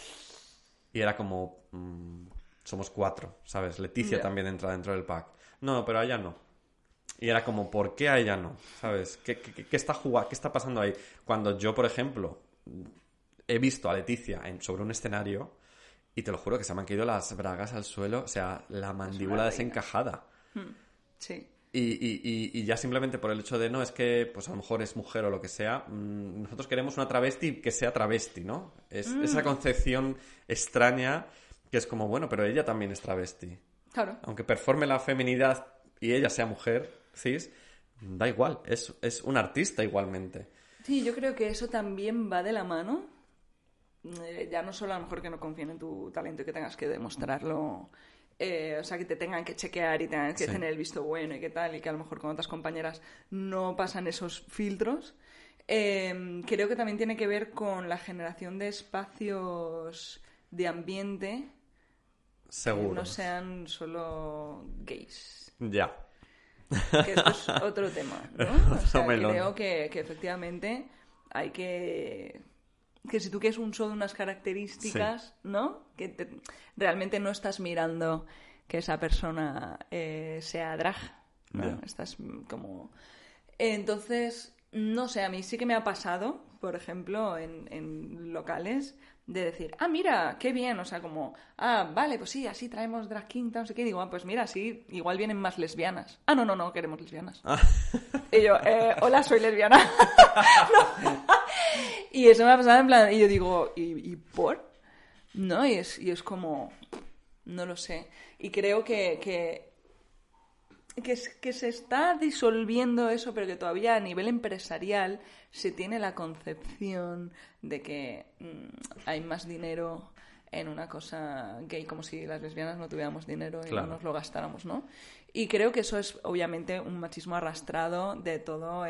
Y era como, somos 4, ¿sabes? Leticia también entra dentro del pack. No, pero a ella no. Y era como, ¿por qué a ella no? ¿Sabes? ¿Qué está jugando? ¿Qué está pasando ahí? Cuando yo, por ejemplo, he visto a Leticia sobre un escenario y te lo juro que se me han caído las bragas al suelo, o sea, la mandíbula desencajada. Sí. Y ya simplemente por el hecho de, no, es que pues a lo mejor es mujer o lo que sea, nosotros queremos una travesti que sea travesti, ¿no? Es esa concepción extraña que es como, bueno, pero ella también es travesti. Claro. Aunque performe la feminidad y ella sea mujer, cis, da igual, es un artista igualmente. Sí, yo creo que eso también va de la mano. Ya no solo a lo mejor que no confíen en tu talento y que tengas que demostrarlo, o sea, que te tengan que chequear y tengan que tener el visto bueno y qué tal, y que a lo mejor con otras compañeras no pasan esos filtros. Creo que también tiene que ver con la generación de espacios de ambiente Seguro. que no sean solo gays. Ya. Que esto es otro tema, ¿no? O sea, creo que efectivamente hay que si tú quieres un show de unas características, ¿no? Que realmente no estás mirando que esa persona sea drag, ¿no? Yeah. Estás como... Entonces, no sé, a mí sí que me ha pasado, por ejemplo, en locales, de decir, mira, qué bien, o sea, como, vale, pues sí, así traemos drag king, no sé qué, y digo, pues mira, sí, igual vienen más lesbianas. No queremos lesbianas. Y yo, hola, soy lesbiana. No. Y eso me ha pasado en plan, y yo digo, ¿y por? ¿No? Y es como, no lo sé. Y creo que se está disolviendo eso, pero que todavía a nivel empresarial se tiene la concepción de que hay más dinero en una cosa gay, como si las lesbianas no tuviéramos dinero y no nos lo gastáramos, ¿no? Y creo que eso es obviamente un machismo arrastrado de todo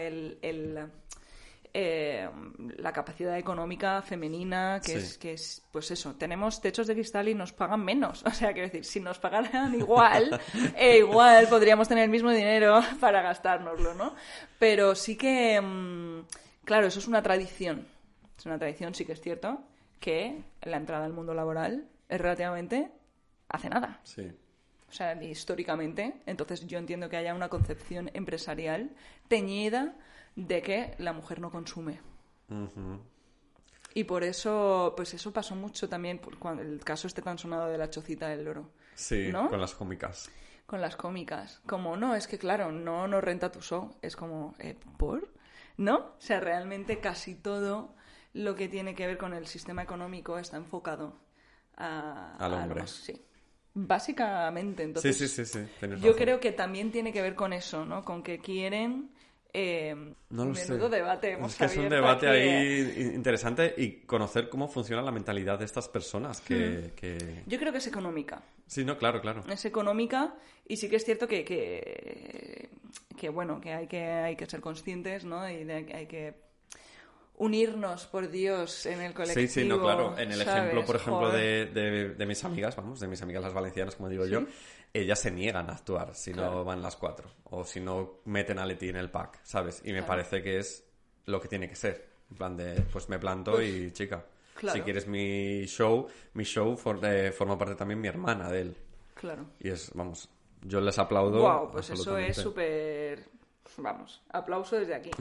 la capacidad económica femenina, que es, pues eso, tenemos techos de cristal y nos pagan menos. O sea, quiero decir, si nos pagaran igual, igual podríamos tener el mismo dinero para gastárnoslo, ¿no? Pero sí que, claro, eso es una tradición. Es una tradición, sí que es cierto, que la entrada al mundo laboral es relativamente hace nada. Sí. O sea, históricamente. Entonces yo entiendo que haya una concepción empresarial teñida de que la mujer no consume. Uh-huh. Y por eso, pues eso pasó mucho también cuando el caso este tan sonado de la Chocita del Loro. Sí, ¿no? Con las cómicas. Con las cómicas. Como, no, es que claro, no renta tu show. Es como, ¿por? ¿No? O sea, realmente casi todo lo que tiene que ver con el sistema económico está enfocado al hombre. Sí. Básicamente, entonces... Sí. Yo creo que también tiene que ver con eso, ¿no? Con que quieren... no lo sé. Debate es que es un debate ahí interesante y conocer cómo funciona la mentalidad de estas personas que... Yo creo que es económica. Sí, no, claro. Es económica y sí que es cierto que bueno, que hay que ser conscientes, ¿no? Y hay que unirnos, por Dios, en el colectivo. Sí, no, claro. En el ¿sabes? ejemplo, por ejemplo, de mis amigas, de mis amigas las valencianas, como digo yo, ellas se niegan a actuar si no van las 4 o si no meten a Leti en el pack, ¿sabes? Y me parece que es lo que tiene que ser. En plan de, pues me planto y chica, si quieres mi show forma parte también mi hermana de él. Claro. Y es, yo les aplaudo. Wow, pues eso es súper... aplauso desde aquí.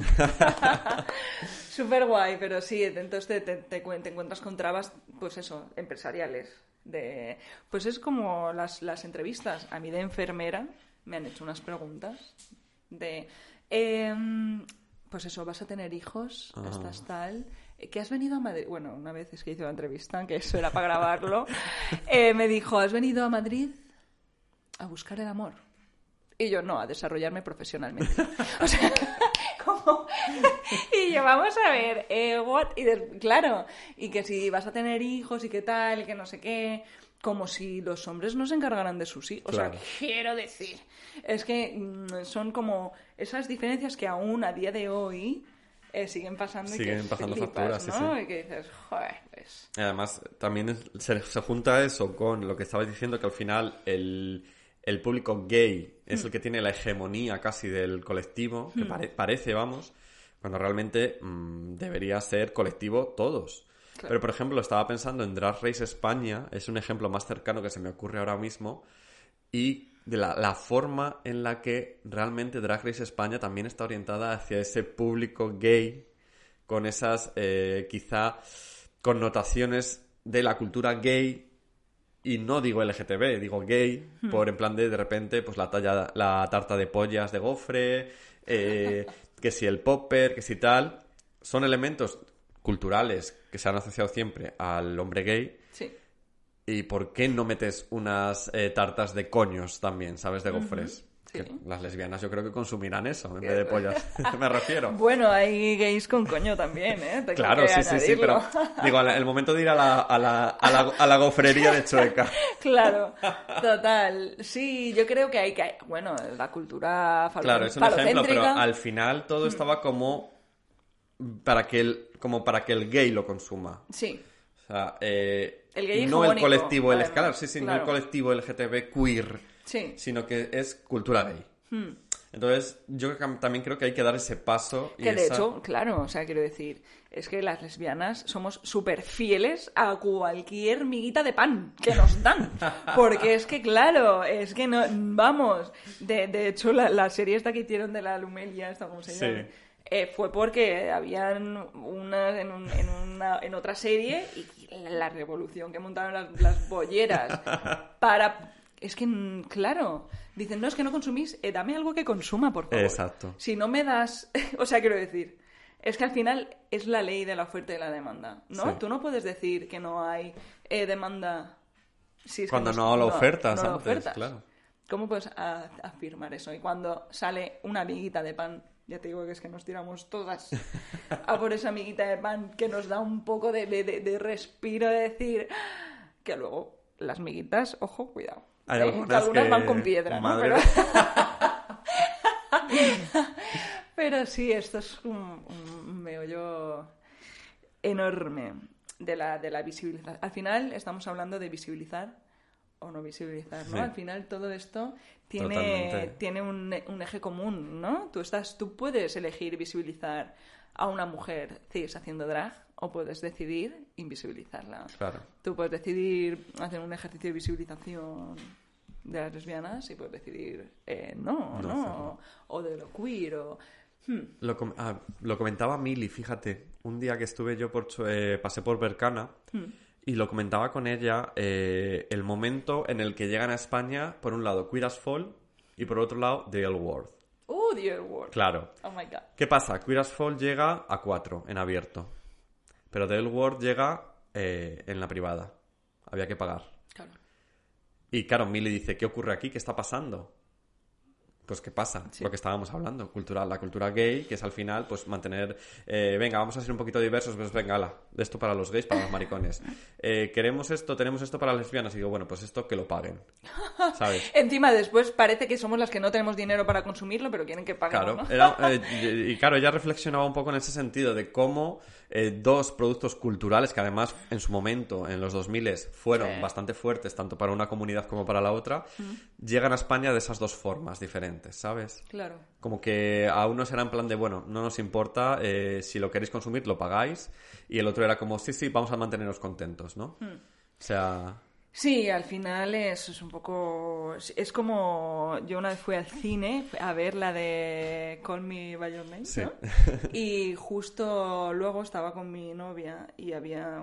Súper guay, pero sí, entonces te encuentras con trabas, pues eso, empresariales. Pues es como las entrevistas. A mí de enfermera me han hecho unas preguntas de... pues eso, ¿vas a tener hijos? ¿Estás tal? ¿Que has venido a Madrid? Bueno, una vez es que hice una entrevista, que eso era para grabarlo, me dijo, ¿has venido a Madrid a buscar el amor? Y yo, no, a desarrollarme profesionalmente. O sea, como... Y yo, vamos a ver, what? Y claro, y que si vas a tener hijos y qué tal, y que no sé qué... Como si los hombres no se encargaran de sus hijos. Claro. O sea, quiero decir, es que son como esas diferencias que aún a día de hoy siguen pasando facturas, ¿no? Sí. Y que dices, joder, pues... Además, también se junta eso con lo que estabas diciendo, que al final el público gay es el que tiene la hegemonía casi del colectivo, que parece, vamos, cuando realmente debería ser colectivo todos. Claro. Pero, por ejemplo, estaba pensando en Drag Race España, es un ejemplo más cercano que se me ocurre ahora mismo, y de la forma en la que realmente Drag Race España también está orientada hacia ese público gay, con esas quizá connotaciones de la cultura gay, y no digo LGTB, digo gay, por en plan de repente pues la tarta de pollas de gofre, que si el popper, que si tal, son elementos culturales que se han asociado siempre al hombre gay. Sí. ¿Y por qué no metes unas tartas de coños también, sabes, de gofres? Sí. Que las lesbianas yo creo que consumirán eso en vez de pollas, me refiero. Bueno, hay gays con coño también, ¿eh? Tengo claro, que sí, pero digo, el momento de ir a la gofrería de Chueca. Claro, total. Sí, yo creo que hay que... Bueno, la cultura falocéntrica... Claro, es un ejemplo, pero al final todo estaba como para que el gay lo consuma. Sí. O sea, el gay no el colectivo además, claro, sí, no el colectivo LGTB queer, sino que es cultura gay. Entonces, yo también creo que hay que dar ese paso. Que de hecho, claro, o sea, quiero decir, es que las lesbianas somos súper fieles a cualquier miguita de pan que nos dan. Porque es que, claro, es que no, vamos, de hecho, la serie esta que hicieron de la Lumelia, esta, ¿cómo se llama? Fue porque habían en otra serie y la revolución que montaron las bolleras para... Es que, claro, dicen, no, es que no consumís, dame algo que consuma, por favor. Exacto. Si no me das... O sea, quiero decir, es que al final es la ley de la oferta y la demanda, ¿no? Sí. Tú no puedes decir que no hay demanda... Si es cuando que no lo ofertas no antes, ofertas. Claro. ¿Cómo puedes afirmar eso? Y cuando sale una amiguita de pan... Ya te digo que es que nos tiramos todas a por esa amiguita de pan que nos da un poco de respiro de decir que luego las miguitas, ojo, cuidado. Hay algunas que van con piedra, madre. ¿no? Pero sí, esto es un meollo enorme de la visibilización. Al final estamos hablando de visibilizar o no visibilizar, ¿no? Sí. Al final todo esto tiene un eje común, ¿no? Tú puedes elegir visibilizar a una mujer cis haciendo drag o puedes decidir invisibilizarla. Claro. Tú puedes decidir hacer un ejercicio de visibilización de las lesbianas y puedes decidir no, o de lo queer o... Lo comentaba Mili, fíjate, un día que estuve yo pasé por Bercana y lo comentaba con ella el momento en el que llegan a España, por un lado Queer as Fall y por otro lado The L Word. The L Word. Claro. Oh my God. ¿Qué pasa? Queer as Fall llega a 4 en abierto, pero The L Word llega en la privada. Había que pagar. Claro. Y claro, Mili dice, ¿qué ocurre aquí? ¿Qué está pasando? Pues ¿qué pasa? Sí. Lo que estábamos hablando, la cultura gay, que es al final, pues mantener... venga, vamos a ser un poquito diversos, pues venga, ala, esto para los gays, para los maricones. Queremos esto, tenemos esto para las lesbianas. Y digo, bueno, pues esto que lo paguen, ¿sabes? Encima después parece que somos las que no tenemos dinero para consumirlo, pero quieren que paguemos, claro, ¿no? Y claro, ella reflexionaba un poco en ese sentido de cómo dos productos culturales que además en su momento, en los 2000 fueron bastante fuertes, tanto para una comunidad como para la otra, llegan a España de esas dos formas diferentes, ¿sabes? Claro. Como que a unos era en plan de, bueno, no nos importa, si lo queréis consumir, lo pagáis, y el otro era como, sí, vamos a mantenernos contentos, ¿no? O sea... Sí, al final es un poco... Es como... Yo una vez fui al cine a ver la de Call Me By Your Name, sí. ¿no? Y justo luego estaba con mi novia y había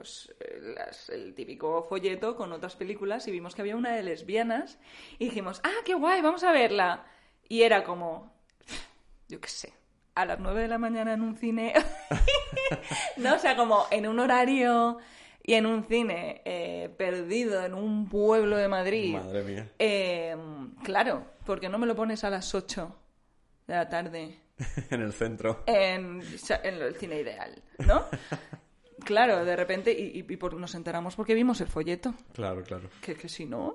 el típico folleto con otras películas y vimos que había una de lesbianas y dijimos, ¡ah, qué guay, vamos a verla! Y era como... Yo qué sé, a las 9 de la mañana en un cine... ¿No? O sea, como en un horario... Y en un cine perdido en un pueblo de Madrid. Madre mía. Claro, porque no me lo pones a las 8 de la tarde. En el centro. En el cine ideal, ¿no? Claro, de repente, y nos enteramos porque vimos el folleto. Claro. Que si no...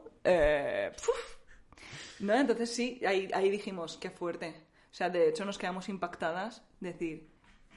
¿No? Entonces sí, ahí dijimos, qué fuerte. O sea, de hecho nos quedamos impactadas, decir...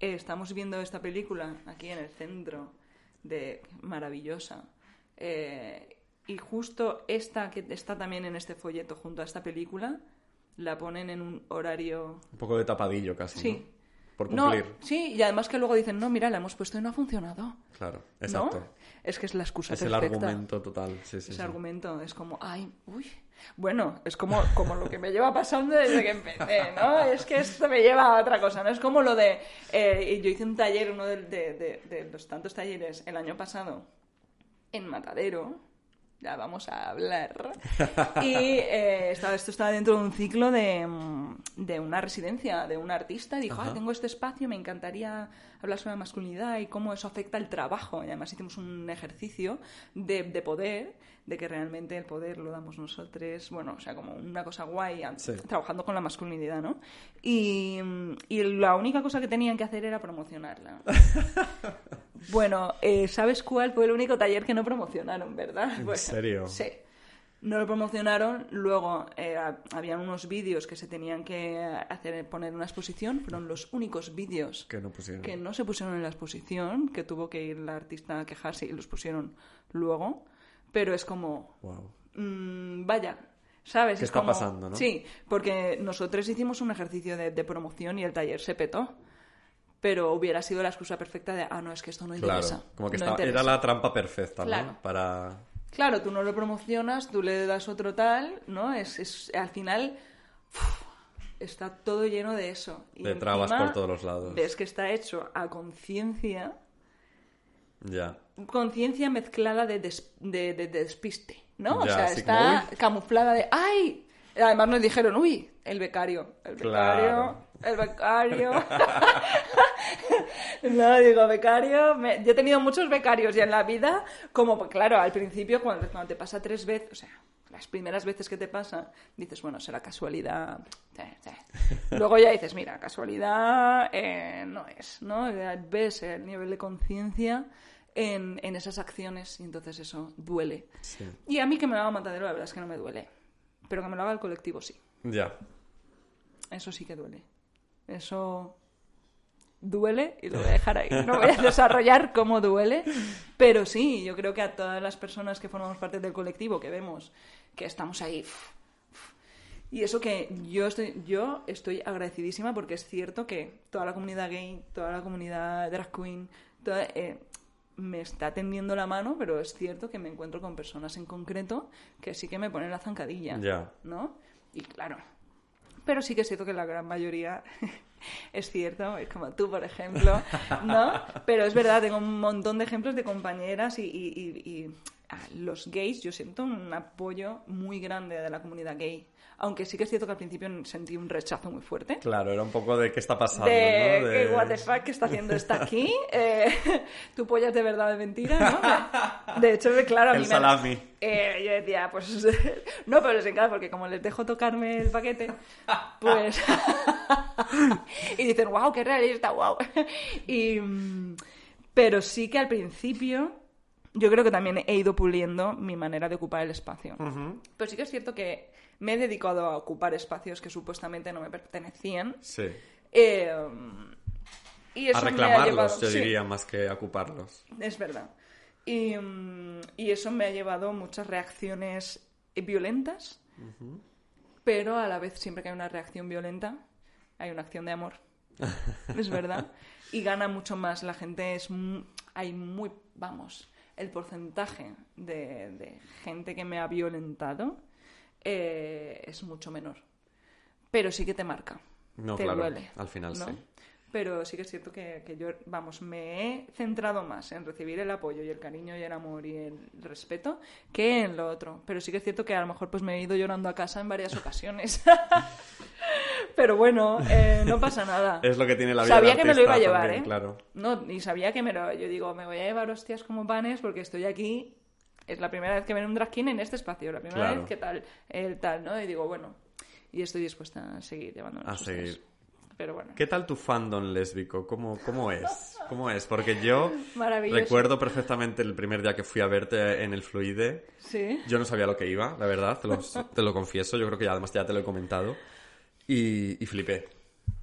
estamos viendo esta película aquí en el centro, maravillosa, y justo esta que está también en este folleto junto a esta película, la ponen en un horario... Un poco de tapadillo casi, sí. ¿no? Por cumplir. No, sí, y además que luego dicen, no, mira, la hemos puesto y no ha funcionado. Claro, exacto. ¿No? Es que es la excusa es perfecta. Es el argumento total, sí. Ese argumento es como, ay, uy... Bueno, es como lo que me lleva pasando desde que empecé, ¿no? Es que esto me lleva a otra cosa, ¿no? Es como lo de... yo hice un taller, uno de los tantos talleres, el año pasado, en Matadero... Ya vamos a hablar. Y esto estaba dentro de un ciclo de una residencia de un artista. Y dijo, tengo este espacio, me encantaría hablar sobre la masculinidad y cómo eso afecta el trabajo. Y además hicimos un ejercicio de poder, de que realmente el poder lo damos nosotros. Bueno, o sea, como una cosa guay, trabajando con la masculinidad, ¿no? Y la única cosa que tenían que hacer era promocionarla. Bueno, ¿sabes cuál fue el único taller que no promocionaron, verdad? ¿En serio? Sí. No lo promocionaron. Luego habían unos vídeos que se tenían que poner en una exposición. Fueron los únicos vídeos que no se pusieron en la exposición, que tuvo que ir la artista a quejarse y los pusieron luego. Pero es como... Wow. Vaya... ¿Sabes? ¿Qué está pasando, no? Sí, porque nosotros hicimos un ejercicio de promoción y el taller se petó. Pero hubiera sido la excusa perfecta de, no, es que esto no interesa. Claro, como que no era la trampa perfecta, claro. ¿no? Para... Claro, tú no lo promocionas, tú le das otro tal, ¿no? Al final está todo lleno de eso. Y de trabas por todos los lados. Ves que está hecho a conciencia. Ya. Conciencia mezclada de despiste, ¿no? Ya, o sea, está camuflada de, ¡ay! Además nos dijeron, uy, el becario. No, digo, becario... Yo he tenido muchos becarios ya en la vida, como, claro, al principio, cuando te pasa 3 veces, o sea, las primeras veces que te pasa, dices, bueno, será casualidad. Luego ya dices, mira, casualidad no es, ¿no? Ves el nivel de conciencia en esas acciones y entonces eso duele. Sí. Y a mí que me lo haga Matadero, la verdad es que no me duele. Pero que me lo haga el colectivo, sí. Ya. Eso sí que duele. Eso duele y lo voy a dejar ahí. No voy a desarrollar cómo duele, pero sí, yo creo que a todas las personas que formamos parte del colectivo, que vemos que estamos ahí... Y eso que yo estoy agradecidísima porque es cierto que toda la comunidad gay, toda la comunidad drag queen, me está tendiendo la mano, pero es cierto que me encuentro con personas en concreto que sí que me ponen la zancadilla, ¿no? Y claro... Pero sí que es cierto que la gran mayoría es cierto, es como tú, por ejemplo, ¿no? Pero es verdad, tengo un montón de ejemplos de compañeras y a los gays yo siento un apoyo muy grande de la comunidad gay. Aunque sí que es cierto que al principio sentí un rechazo muy fuerte. Claro, era un poco de qué está pasando, ¿no? De what the fuck, ¿qué está haciendo esta aquí? ¿Tu polla es de verdad o de mentira, no? De hecho, claro, a mí el salami. Yo decía, pues... No, pero les encanta porque como les dejo tocarme el paquete, pues... y dicen, wow, qué realista, wow. Pero sí que al principio... Yo creo que también he ido puliendo mi manera de ocupar el espacio. Uh-huh. Pero sí que es cierto que me he dedicado a ocupar espacios que supuestamente no me pertenecían. Sí. Y eso a reclamarlos, yo diría, más que a ocuparlos. Es verdad. Y eso me ha llevado muchas reacciones violentas, uh-huh. Pero a la vez siempre que hay una reacción violenta hay una acción de amor. Es verdad. Y gana mucho más. La gente el porcentaje de gente que me ha violentado es mucho menor. Pero sí que te marca. No, te claro, duele. al final ¿no? sí. Pero sí que es cierto que yo, me he centrado más en recibir el apoyo y el cariño y el amor y el respeto que en lo otro. Pero sí que es cierto que a lo mejor pues me he ido llorando a casa en varias ocasiones. Pero bueno, no pasa nada. Es lo que tiene la vida. Sabía que me lo iba a llevar, también, claro. No, y sabía que yo digo, me voy a llevar hostias como panes porque estoy aquí. Es la primera vez que ven un drag queen en este espacio. La primera vez que tal, ¿no? Y digo, bueno, y estoy dispuesta a seguir llevándome las hostias. Seguir. Pero bueno. ¿Qué tal tu fandom lésbico? ¿Cómo es? ¿Cómo es? Porque yo recuerdo perfectamente el primer día que fui a verte en el Fluide. Sí. Yo no sabía lo que iba, la verdad, te lo confieso. Yo creo que además ya te lo he comentado. Y flipé.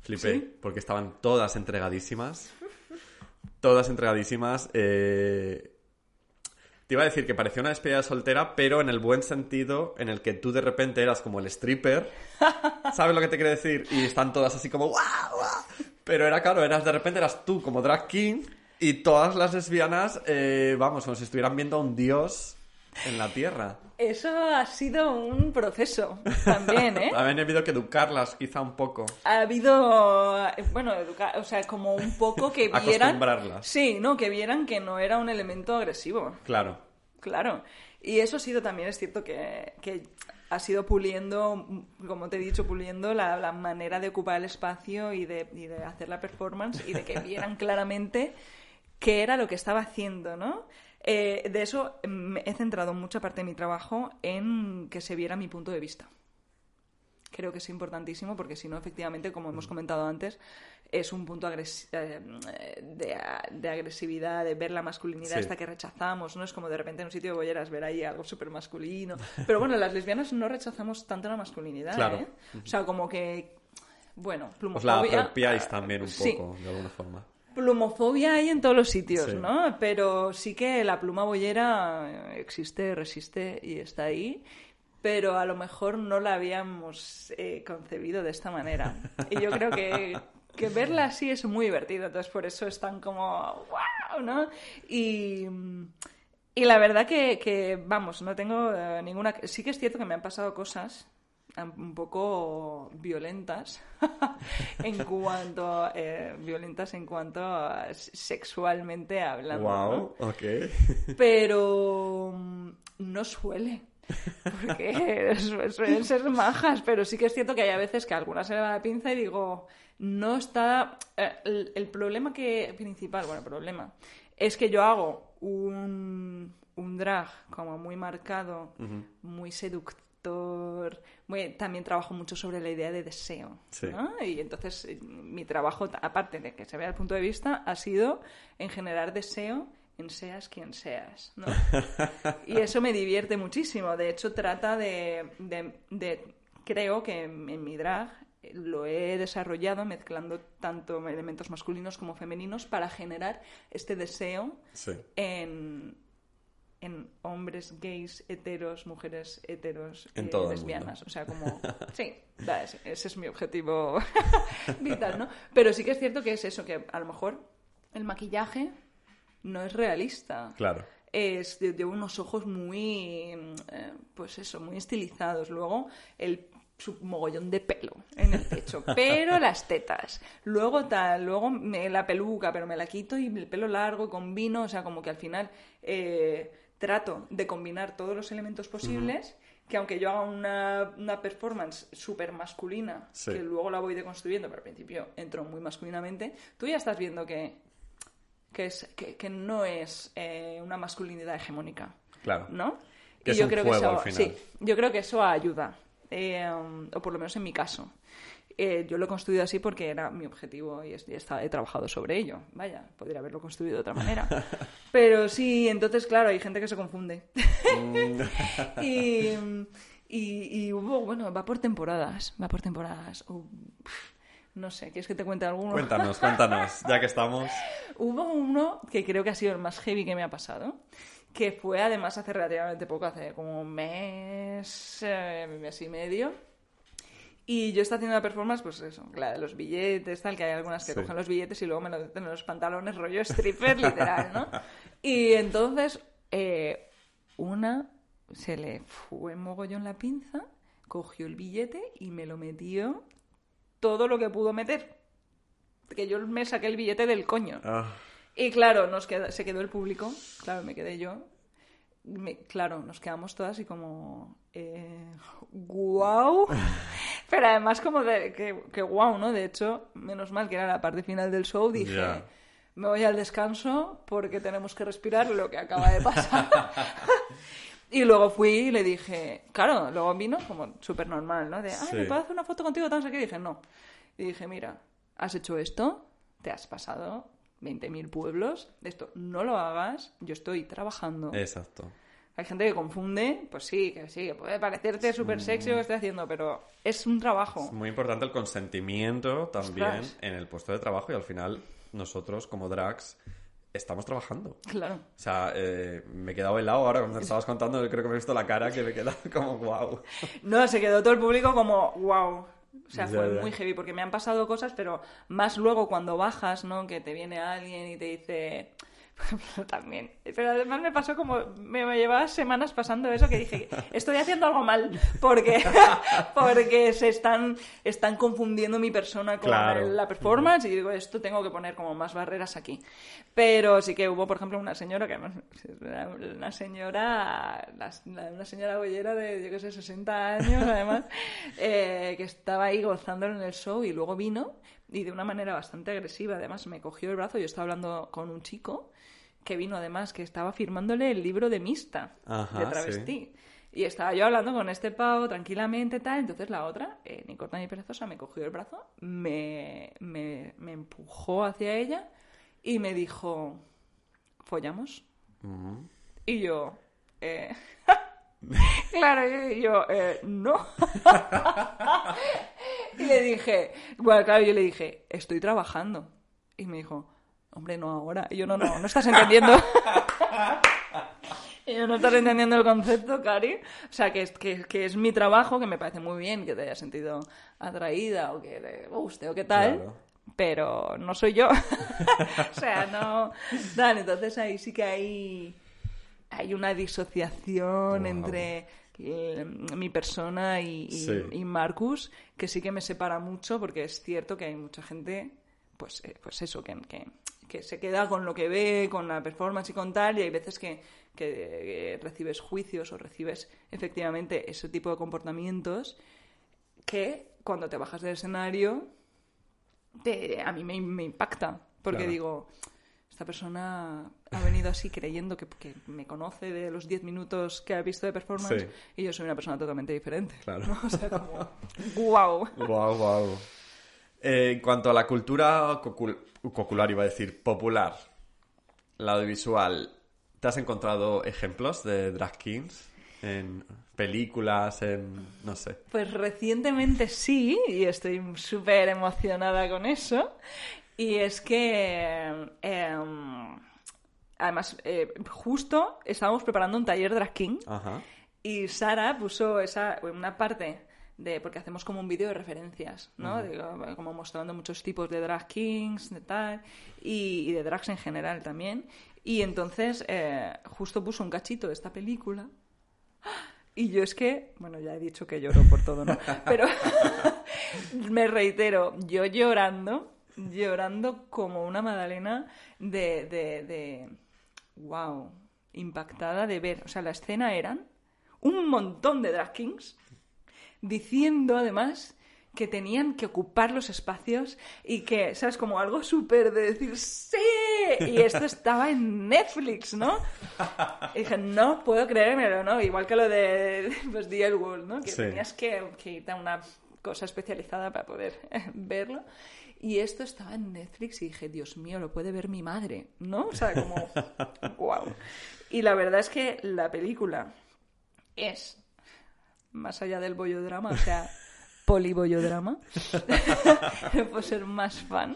Flipé, ¿Sí? porque estaban todas entregadísimas. Todas entregadísimas. Te iba a decir que parecía una despedida soltera, pero en el buen sentido, en el que tú de repente eras como el stripper. ¿Sabes lo que te quiero decir? Y están todas así como ¡guau, guau! Pero era claro, de repente eras tú como drag king y todas las lesbianas, vamos, como si estuvieran viendo a un dios en la tierra. Eso ha sido un proceso también, ¿eh? Habían habido que educarlas quizá un poco. Ha habido, bueno, o sea, como un poco que vieran... Acostumbrarlas. Sí, no, que vieran que no era un elemento agresivo. Claro. Claro. Y eso ha sido también, es cierto que ha sido puliendo, como te he dicho, puliendo la manera de ocupar el espacio y de hacer la performance y de que vieran claramente qué era lo que estaba haciendo, ¿no? De eso he centrado mucha parte de mi trabajo en que se viera mi punto de vista. Creo que es importantísimo porque si no, efectivamente, como hemos comentado antes, es un punto de agresividad, de ver la masculinidad esta que rechazamos, ¿no? Es como de repente en un sitio de bolleras ver ahí algo súper masculino. Pero bueno, las lesbianas no rechazamos tanto la masculinidad, claro. ¿eh? O sea, como que, bueno, plumofobia... Os la apropiáis también un poco, de alguna forma. Plumofobia hay en todos los sitios, sí. ¿no? Pero sí que la pluma bollera existe, resiste y está ahí, pero a lo mejor no la habíamos concebido de esta manera. Y yo creo que verla así es muy divertido, entonces por eso están como ¡wow!, ¿no? Y la verdad que vamos, no tengo ninguna... Sí que es cierto que me han pasado cosas un poco violentas en cuanto a sexualmente hablando. Wow, ¿no? okay. Pero no suele, porque suelen ser majas, pero sí que es cierto que hay a veces que a algunas se le va la pinza y digo, no está... el problema principal, bueno, el problema es que yo hago un drag como muy marcado, muy seductor. También trabajo mucho sobre la idea de deseo, sí. ¿no? Y entonces mi trabajo, aparte de que se vea el punto de vista, ha sido en generar deseo en seas quien seas, ¿no? Y eso me divierte muchísimo. De hecho, trata creo que en mi drag lo he desarrollado mezclando tanto elementos masculinos como femeninos para generar este deseo sí. en hombres gays, heteros, mujeres heteros, lesbianas. O sea, como... Sí, ese es mi objetivo vital, ¿no? Pero sí que es cierto que es eso, que a lo mejor el maquillaje no es realista. Claro. Es de unos ojos muy... pues eso, muy estilizados. Luego, su mogollón de pelo en el pecho, pero las tetas. Luego la peluca, pero me la quito y el pelo largo y combino, o sea, como que al final... trato de combinar todos los elementos posibles, que aunque yo haga una performance súper masculina, sí. que luego la voy deconstruyendo, pero al principio entro muy masculinamente, tú ya estás viendo que no es una masculinidad hegemónica. Claro. ¿No? Que es un juego al final. Sí, yo creo que eso ayuda, o por lo menos en mi caso. Yo lo he construido así porque era mi objetivo y he trabajado sobre ello. Vaya, podría haberlo construido de otra manera. Pero sí, entonces, claro, hay gente que se confunde. y hubo, bueno, va por temporadas. No sé, ¿quieres que te cuente alguno? Cuéntanos, ya que estamos. Hubo uno que creo que ha sido el más heavy que me ha pasado, que fue además hace relativamente poco, hace como un mes y medio. Y yo estaba haciendo una performance, pues eso, la de los billetes, tal, que hay algunas que cogen los billetes y luego me lo meten en los pantalones, rollo stripper, literal, ¿no? Y entonces, una se le fue mogollón la pinza, cogió el billete y me lo metió todo lo que pudo meter. Que yo me saqué el billete del coño. Y claro, se quedó el público, claro, me quedé yo. Claro, nos quedamos todas y como... ¡guau! Pero además como que guau, ¿no? De hecho, menos mal que era la parte final del show, dije, me voy al descanso porque tenemos que respirar lo que acaba de pasar. Y luego fui y le dije... Claro, luego vino como súper normal, ¿no? De, ¿me puedo hacer una foto contigo? Tan sé qué. Y dije, no. Y dije, mira, has hecho esto, te has pasado 20.000 pueblos, esto no lo hagas, yo estoy trabajando. Exacto. Hay gente que confunde, pues sí, que puede parecerte súper sexy lo que estoy haciendo, pero es un trabajo. Es muy importante el consentimiento también en el puesto de trabajo y al final nosotros como drags estamos trabajando. Claro. O sea, me he quedado helado ahora cuando me estabas contando, creo que me he visto la cara que me he quedado como wow. No, se quedó todo el público como wow. O sea, fue muy heavy porque me han pasado cosas, pero más luego cuando bajas, ¿no? Que te viene alguien y te dice... también. Pero además me pasó como... Me llevaba semanas pasando eso que dije, estoy haciendo algo mal porque se están confundiendo mi persona con la performance y digo, esto tengo que poner como más barreras aquí. Pero sí que hubo, por ejemplo, una señora que además una señora bollera de, yo qué sé, 60 años además, que estaba ahí gozándolo en el show y luego vino y de una manera bastante agresiva, además me cogió el brazo, yo estaba hablando con un chico que vino además, que estaba firmándole el libro de Mista, de travestí. Sí. Y estaba yo hablando con este pavo tranquilamente, tal, entonces la otra, ni corta ni perezosa, me cogió el brazo, me empujó hacia ella y me dijo, ¿follamos? Uh-huh. Y yo, claro, yo, no. Y le dije, bueno, claro, yo le dije, estoy trabajando. Y me dijo, hombre, no ahora. Y yo, no estás entendiendo. Y yo, no estás entendiendo el concepto, Cari. O sea, que es mi trabajo, que me parece muy bien que te hayas sentido atraída o que te guste o qué tal. Claro. Pero no soy yo. O sea, no... Dale, entonces ahí sí que hay una disociación entre mi persona y Marcus, que sí que me separa mucho, porque es cierto que hay mucha gente, pues eso, que se queda con lo que ve, con la performance y con tal, y hay veces que recibes juicios o recibes efectivamente ese tipo de comportamientos que cuando te bajas del escenario a mí me impacta, porque digo, esta persona ha venido así creyendo que me conoce de los 10 minutos que ha visto de performance y yo soy una persona totalmente diferente. Claro. ¿No? O sea, como... ¡Guau! ¡Guau! En cuanto a la cultura popular, iba a decir, popular, la audiovisual, ¿te has encontrado ejemplos de drag kings en películas, no sé? Pues recientemente sí, y estoy súper emocionada con eso. Y es que, además, justo estábamos preparando un taller drag king. Ajá. Y Sara puso una parte porque hacemos como un vídeo de referencias, ¿no? Uh-huh. Como mostrando muchos tipos de drag kings, de tal, y de drags en general también. Y entonces, justo puso un cachito de esta película. Y yo es que, bueno, ya he dicho que lloro por todo, ¿no? Pero me reitero, yo llorando como una magdalena de wow, impactada de ver. O sea, la escena eran un montón de drag kings diciendo además que tenían que ocupar los espacios y que, ¿sabes? Como algo súper de decir ¡sí! Y esto estaba en Netflix, ¿no? Y dije, no puedo creérmelo, ¿no? Igual que lo de pues, The L Word, ¿no? Que tenías que irte a una cosa especializada para poder verlo. Y esto estaba en Netflix y dije, Dios mío, lo puede ver mi madre, ¿no? O sea, como, wow. Y la verdad es que la película es, más allá del bollodrama, o sea, polibollodrama, no puedo ser más fan.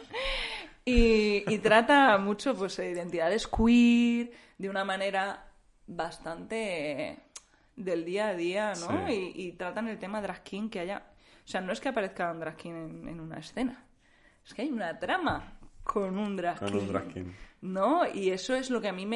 Y trata mucho, pues, identidades queer de una manera bastante del día a día, ¿no? Sí. Y tratan el tema drag king que haya... O sea, no es que aparezca un drag king en una escena. Es que hay una trama con un drag king, ¿no? Y eso es lo que a mí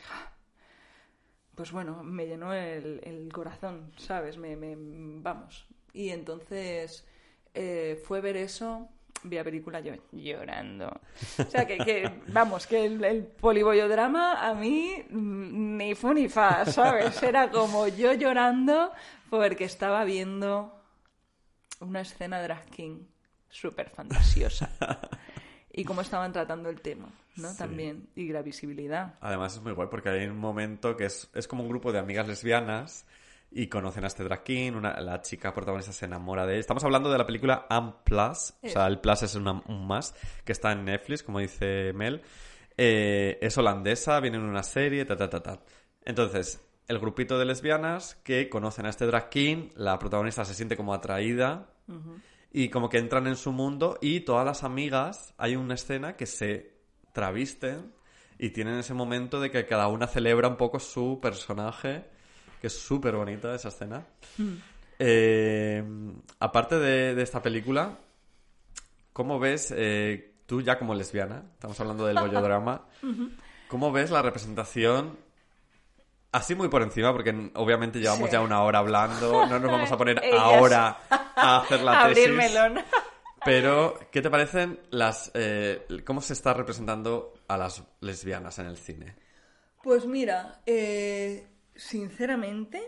pues bueno, me llenó el corazón, ¿sabes? Vamos. Y entonces fue ver eso, vi la película yo llorando. O sea, vamos, que el polibollodrama a mí ni fu ni fa, ¿sabes? Era como yo llorando porque estaba viendo una escena drag king súper fantasiosa. Y cómo estaban tratando el tema, ¿no? Sí. También. Y la visibilidad. Además es muy guay porque hay un momento que es como un grupo de amigas lesbianas y conocen a este drag king, la chica protagonista se enamora de él. Estamos hablando de la película Am Plus, o sea, el plus es un más, que está en Netflix, como dice Mel. Es holandesa, viene en una serie, Entonces, el grupito de lesbianas que conocen a este drag king, la protagonista se siente como atraída y como que entran en su mundo y todas las amigas, hay una escena que se travisten y tienen ese momento de que cada una celebra un poco su personaje, que es súper bonita esa escena. Aparte de esta película, ¿cómo ves, tú ya como lesbiana, estamos hablando del bollodrama, cómo ves la representación, así muy por encima, porque obviamente llevamos ya una hora hablando, no nos vamos a poner ahora a hacer la tesis. Abrir melón. Pero, ¿qué te parecen cómo se está representando a las lesbianas en el cine? Pues mira, sinceramente,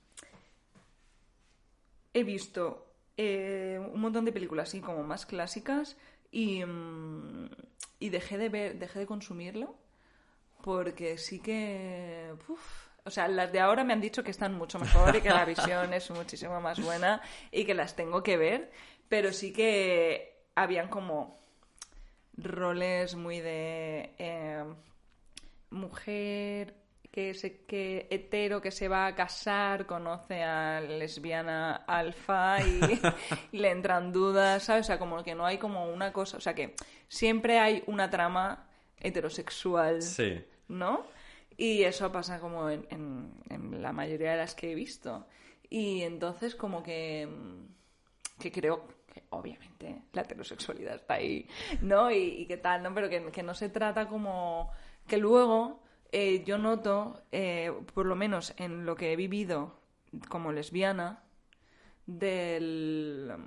he visto un montón de películas así como más clásicas y dejé de consumirlo porque sí que... O sea, las de ahora me han dicho que están mucho mejor y que la visión es muchísimo más buena y que las tengo que ver, pero sí que habían como roles muy de mujer que hetero que se va a casar, conoce a lesbiana alfa y le entran dudas, ¿sabes? O sea, como que no hay como una cosa... O sea, que siempre hay una trama heterosexual, sí, ¿no? Y eso pasa como en la mayoría de las que he visto. Y entonces como que creo que obviamente la heterosexualidad está ahí, ¿no? Y qué tal, ¿no? Pero que no se trata como... Que luego yo noto, por lo menos en lo que he vivido como lesbiana, de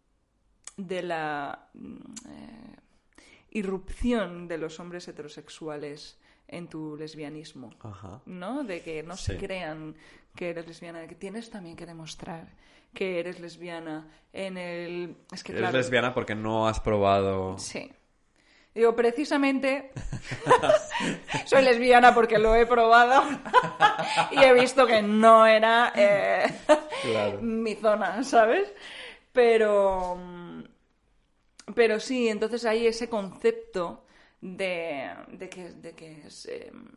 la irrupción de los hombres heterosexuales en tu lesbianismo, ¿no? De que no se crean que eres lesbiana, de que tienes también que demostrar que eres lesbiana Es que, eres claro, lesbiana porque no has probado... Sí. Digo, precisamente soy lesbiana porque lo he probado y he visto que no era claro, mi zona, ¿sabes? Pero sí, entonces hay ese concepto de que es,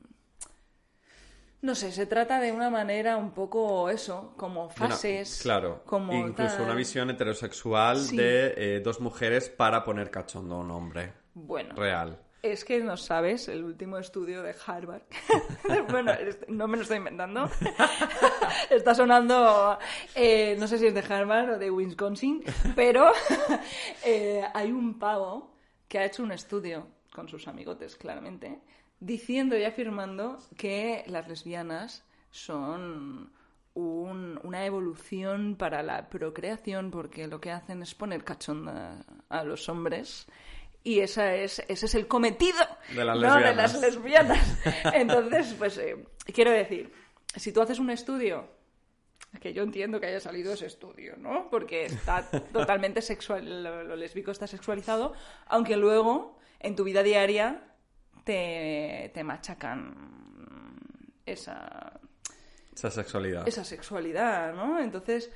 no sé, se trata de una manera un poco eso, como fases. Claro, como incluso tal. Una visión heterosexual Sí. de dos mujeres para poner cachondo a un hombre. Bueno, real. Es que no sabes, el último estudio de Harvard. Bueno, no me lo estoy inventando. Está sonando, no sé si es de Harvard o de Wisconsin, pero hay un pavo que ha hecho un estudio con sus amigotes, claramente, diciendo y afirmando que las lesbianas son una evolución para la procreación porque lo que hacen es poner cachonda a los hombres. Y ese es el cometido de las lesbianas. De las lesbianas. Entonces, pues, quiero decir, si tú haces un estudio, que yo entiendo que haya salido ese estudio, ¿no? Porque está totalmente sexual, lo lésbico está sexualizado, aunque luego, en tu vida diaria, te machacan esa sexualidad. Esa sexualidad, ¿no? Entonces...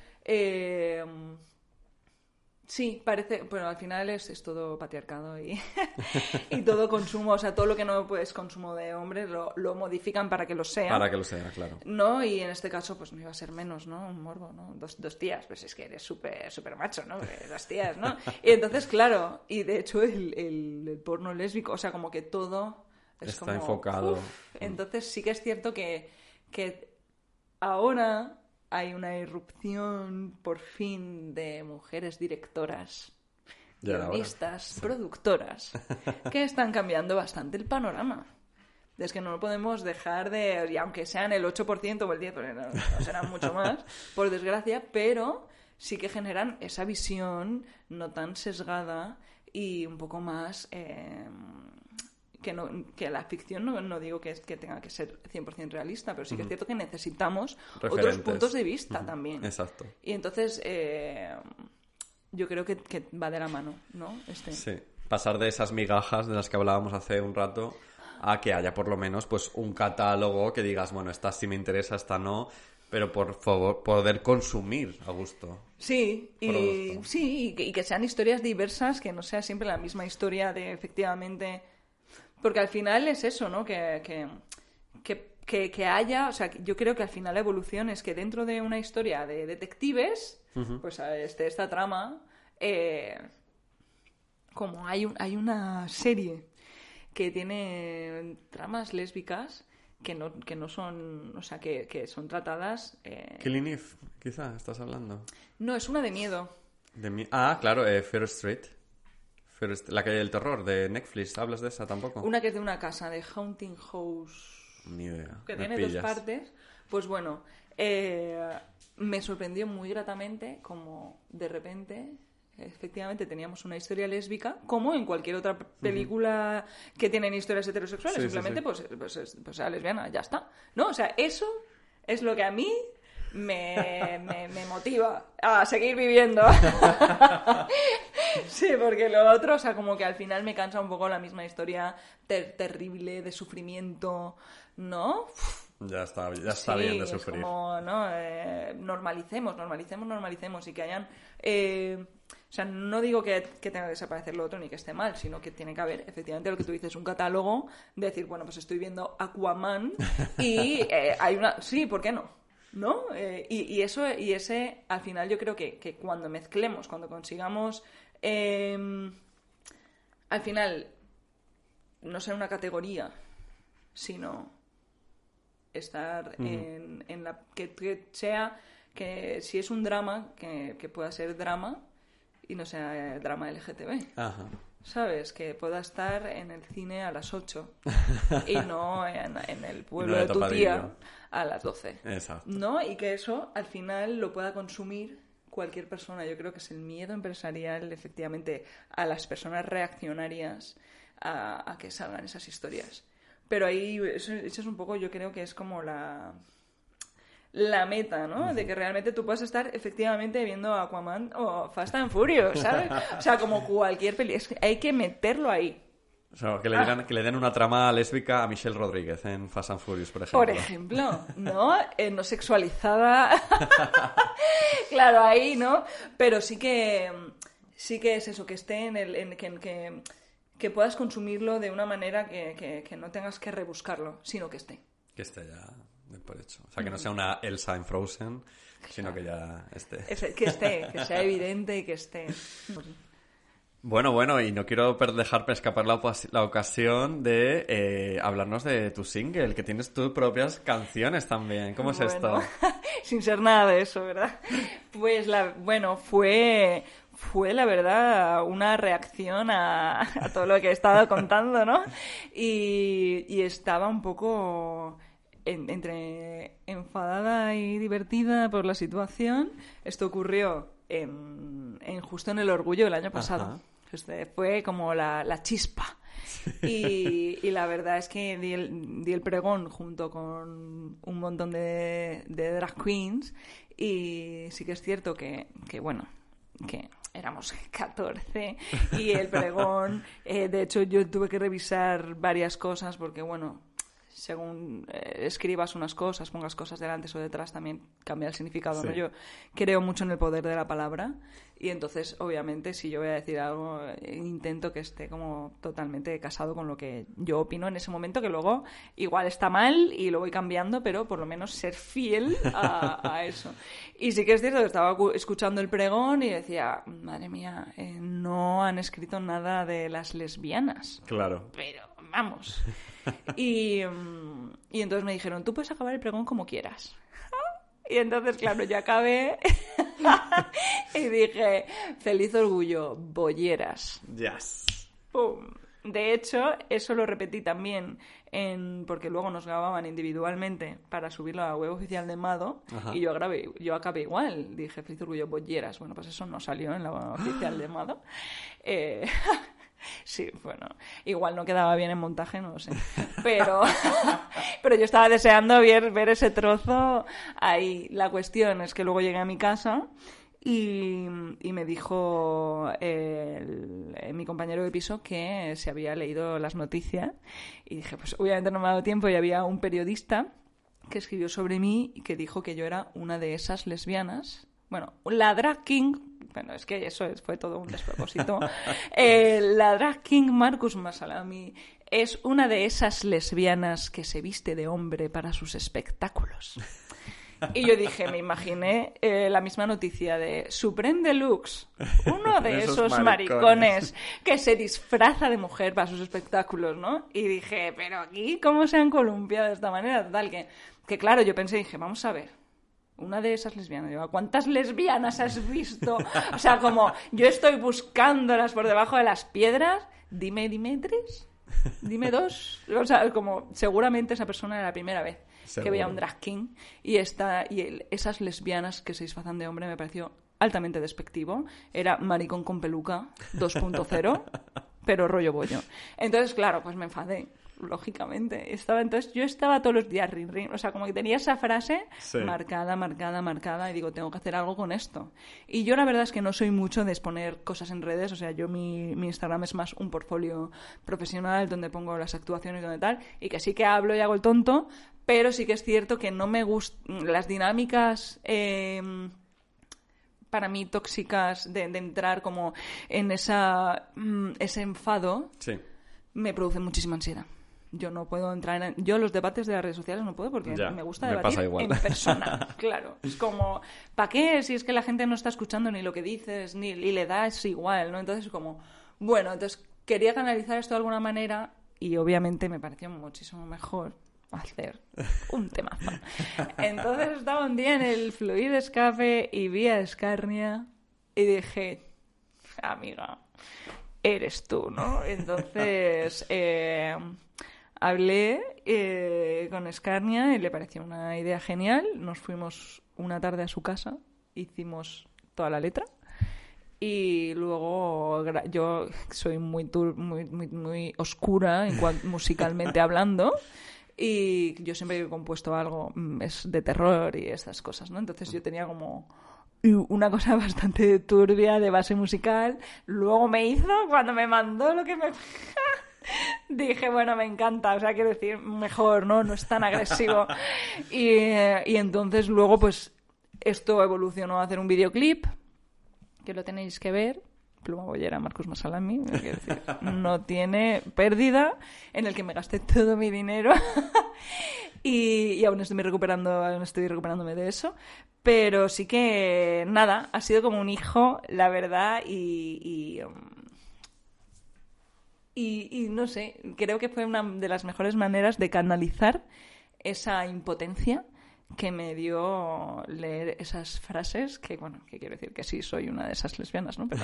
Sí, parece... Bueno, al final es todo patriarcado y todo consumo. O sea, todo lo que no es consumo de hombres lo modifican para que lo sea. Para que lo sea, claro. ¿No? Y en este caso, pues no iba a ser menos, ¿no? Un morbo, ¿no? Dos tías. Pues es que eres súper macho, ¿no? Dos tías, ¿no? Y entonces, claro, y de hecho el porno lésbico, o sea, como que todo está como, enfocado. Entonces sí que es cierto que ahora... hay una irrupción, por fin, de mujeres directoras, guionistas, productoras, que están cambiando bastante el panorama. Es que no podemos dejar de... Y aunque sean el 8% o el 10%, no serán mucho más, por desgracia, pero sí que generan esa visión no tan sesgada y un poco más... que la ficción no digo que tenga que ser 100% realista, pero sí que es cierto que necesitamos otros puntos de vista también. Exacto. Y entonces yo creo que va de la mano, ¿no? Sí, pasar de esas migajas de las que hablábamos hace un rato a que haya por lo menos pues un catálogo que digas, bueno, esta sí me interesa, esta no, pero por favor poder consumir a gusto. Sí, y que sean historias diversas, que no sea siempre la misma historia de efectivamente... Porque al final es eso, ¿no? Que que haya, o sea, yo creo que al final la evolución es que dentro de una historia de detectives, pues esta trama, como hay una serie que tiene tramas lésbicas que no son, o sea, que son tratadas... Killing Eve, quizá, estás hablando. No, es una de miedo. Claro, Fear Street. La calle del terror, de Netflix. ¿Hablas de esa tampoco? Una que es de una casa, de Haunting House... Ni idea. Que tiene dos partes. Pues bueno, me sorprendió muy gratamente como de repente... Efectivamente teníamos una historia lésbica, como en cualquier otra película que tienen historias heterosexuales. Simplemente pues sea lesbiana, ya está. ¿No? O sea, eso es lo que a mí me motiva a seguir viviendo. Sí, porque lo otro, o sea, como que al final me cansa un poco la misma historia terrible de sufrimiento, ¿no? Ya está bien de sufrir. Es como, ¿no? Normalicemos y que hayan... o sea, no digo que tenga que desaparecer lo otro ni que esté mal, sino que tiene que haber, efectivamente, lo que tú dices, un catálogo de decir, bueno, pues estoy viendo Aquaman y hay una... Sí, ¿por qué no? ¿No? Y ese, al final, yo creo que cuando mezclemos, cuando consigamos... al final, no ser una categoría, sino estar en la... Que sea... Que si es un drama, que pueda ser drama y no sea drama LGTB. Ajá. ¿Sabes? Que pueda estar en el cine a las 8 y no en el pueblo de tu tía a las 12. Exacto. ¿No? Y que eso al final lo pueda consumir cualquier persona. Yo creo que es el miedo empresarial, efectivamente, a las personas reaccionarias a que salgan esas historias. Pero ahí, eso es un poco, yo creo que es como la meta, ¿no? De que realmente tú puedas estar efectivamente viendo Aquaman o Fast and Furious, ¿sabes? O sea, como cualquier peli. Hay que meterlo ahí. O sea, que le den una trama lésbica a Michelle Rodríguez en Fast and Furious, por ejemplo. Por ejemplo, ¿no? No sexualizada. Claro, ahí, ¿no? Pero sí que es eso, que esté que puedas consumirlo de una manera que no tengas que rebuscarlo, sino que esté. Que esté ya por hecho. O sea, que no sea una Elsa en Frozen, sino que ya esté. Que esté, que sea evidente y que esté. Bueno, y no quiero dejar escapar la ocasión de hablarnos de tu single, que tienes tus propias canciones también. ¿Cómo es esto? Sin ser nada de eso, ¿verdad? Pues, fue la verdad una reacción a todo lo que he estado contando, ¿no? Y estaba un poco... entre enfadada y divertida por la situación. Esto ocurrió justo en el Orgullo del año pasado. Fue como la chispa. Y la verdad es que di el pregón junto con un montón de drag queens y sí que es cierto que éramos 14 y el pregón, de hecho yo tuve que revisar varias cosas porque según escribas unas cosas, pongas cosas delante o detrás, también cambia el significado, sí. ¿no? Yo creo mucho en el poder de la palabra y entonces, obviamente, si yo voy a decir algo, intento que esté como totalmente casado con lo que yo opino en ese momento, que luego igual está mal y lo voy cambiando, pero por lo menos ser fiel a eso. Y sí que es cierto que estaba escuchando el pregón y decía, madre mía, no han escrito nada de las lesbianas. Claro. Pero, vamos... Y entonces me dijeron, tú puedes acabar el pregón como quieras. Y entonces, claro, yo acabé y dije, feliz orgullo, bolleras. Yes. ¡Pum! De hecho, eso lo repetí también porque luego nos grababan individualmente para subirlo a la web oficial de Mado. Ajá. Y yo acabé igual. Dije, feliz orgullo, bolleras. Bueno, pues eso no salió en la web oficial de Mado. Sí, bueno, igual no quedaba bien en montaje, no lo sé. Pero yo estaba deseando ver ese trozo ahí. La cuestión es que luego llegué a mi casa y me dijo mi compañero de piso que se había leído las noticias. Y dije, pues obviamente no me ha dado tiempo y había un periodista que escribió sobre mí y que dijo que yo era una de esas lesbianas. Bueno, la drag king Bueno, es que eso fue todo un despropósito. La drag king Marcus Masalami es una de esas lesbianas que se viste de hombre para sus espectáculos. Y yo dije, me imaginé la misma noticia de Supreme Deluxe, uno de esos maricones que se disfraza de mujer para sus espectáculos, ¿no? Y dije, pero aquí, ¿cómo se han columpiado de esta manera? Tal que claro, yo pensé, dije, vamos a ver, una de esas lesbianas, digo, ¿cuántas lesbianas has visto? O sea, como yo estoy buscándolas por debajo de las piedras, dime 3, dime 2, o sea, como seguramente esa persona era la primera vez que veía un drag king y esas lesbianas que se disfrazan de hombre me pareció altamente despectivo. Era maricón con peluca 2.0, pero rollo bollo. Entonces, claro, pues me enfadé, lógicamente. Entonces yo estaba todos los días rin, o sea, como que tenía esa frase marcada y digo, tengo que hacer algo con esto. Y yo la verdad es que no soy mucho de exponer cosas en redes, o sea, yo mi Instagram es más un portfolio profesional donde pongo las actuaciones y donde tal, y que sí que hablo y hago el tonto, pero sí que es cierto que no me gustan las dinámicas para mí tóxicas de entrar como en ese enfado. Sí. Me produce muchísima ansiedad. Yo no puedo entrar yo los debates de las redes sociales no puedo porque me gusta debatir en persona. Claro, es como, ¿para qué? Si es que la gente no está escuchando ni lo que dices, y le das igual, ¿no? Entonces como, bueno, entonces quería canalizar esto de alguna manera y obviamente me pareció muchísimo mejor hacer un temazo. Entonces estaba un día en el Fluid Escape y vi a Escarnia y dije, amiga, eres tú, ¿no? Entonces hablé con Escarnia y le pareció una idea genial. Nos fuimos una tarde a su casa, hicimos toda la letra y luego yo soy muy oscura musicalmente hablando. Y yo siempre he compuesto algo es de terror y esas cosas, ¿no? Entonces yo tenía como una cosa bastante turbia de base musical. Luego me hizo, cuando me mandó lo que me... dije, bueno, me encanta, o sea, quiero decir, mejor, ¿no? No es tan agresivo. Y entonces luego, pues, esto evolucionó a hacer un videoclip, que lo tenéis que ver. Pluma bollera, Marcus Masalami, quiero decir, no tiene pérdida, en el que me gasté todo mi dinero y aún estoy recuperándome de eso, pero sí que nada, ha sido como un hijo, la verdad, y no sé, creo que fue una de las mejores maneras de canalizar esa impotencia que me dio leer esas frases, que bueno, que quiero decir que sí, soy una de esas lesbianas, ¿no? Pero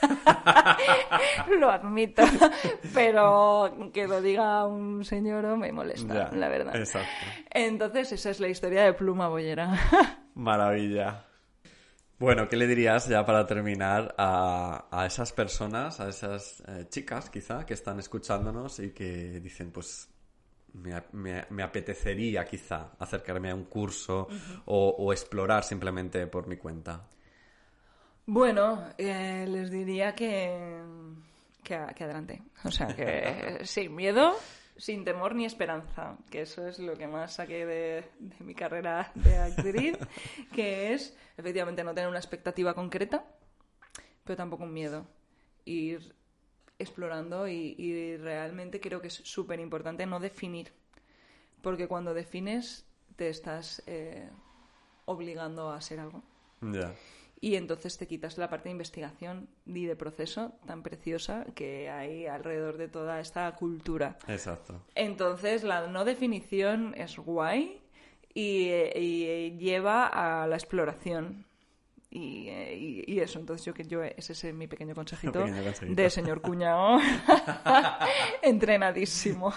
lo admito, pero que lo diga un señor me molesta, la verdad. Exacto. Entonces esa es la historia de Pluma bollera. Maravilla. Bueno, ¿qué le dirías ya para terminar a esas personas, a esas chicas quizá, que están escuchándonos y que dicen, pues... Me apetecería quizá acercarme a un curso o explorar simplemente por mi cuenta? Bueno, les diría que adelante. O sea, que sin miedo, sin temor ni esperanza, que eso es lo que más saqué de mi carrera de actriz, que es efectivamente no tener una expectativa concreta, pero tampoco un miedo. Ir explorando y realmente creo que es súper importante no definir, porque cuando defines te estás obligando a ser algo. Yeah. Y entonces te quitas la parte de investigación y de proceso tan preciosa que hay alrededor de toda esta cultura. Exacto. Entonces la no definición es guay y lleva a la exploración. Y eso, entonces ese es mi pequeño consejito de señor cuñado entrenadísimo.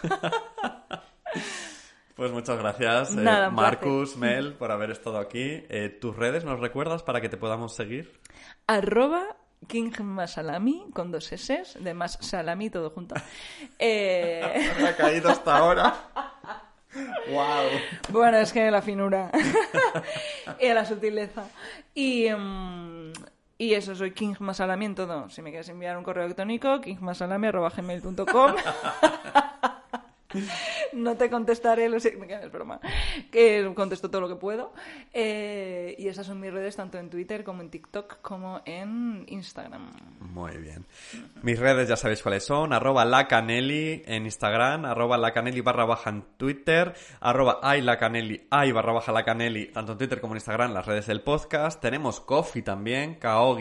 Pues muchas gracias, Marcus, Mel, por haber estado aquí. ¿Tus redes nos recuerdas para que te podamos seguir? @KingMasalami con 2 S de más salami todo junto. Me ha caído hasta ahora. Wow. Bueno, es que la finura y la sutileza y eso, soy King Masalami en todo. Si me quieres enviar un correo electrónico, kingmasalami@gmail.com. No te contestaré, es broma, que contesto todo lo que puedo. Y esas son mis redes, tanto en Twitter como en TikTok como en Instagram. Muy bien. Mis redes ya sabéis cuáles son: @lacaneli en Instagram, @lacaneli _ en Twitter, @ilacaneli _ lacaneli, tanto en Twitter como en Instagram, las redes del podcast. Tenemos Ko-fi también,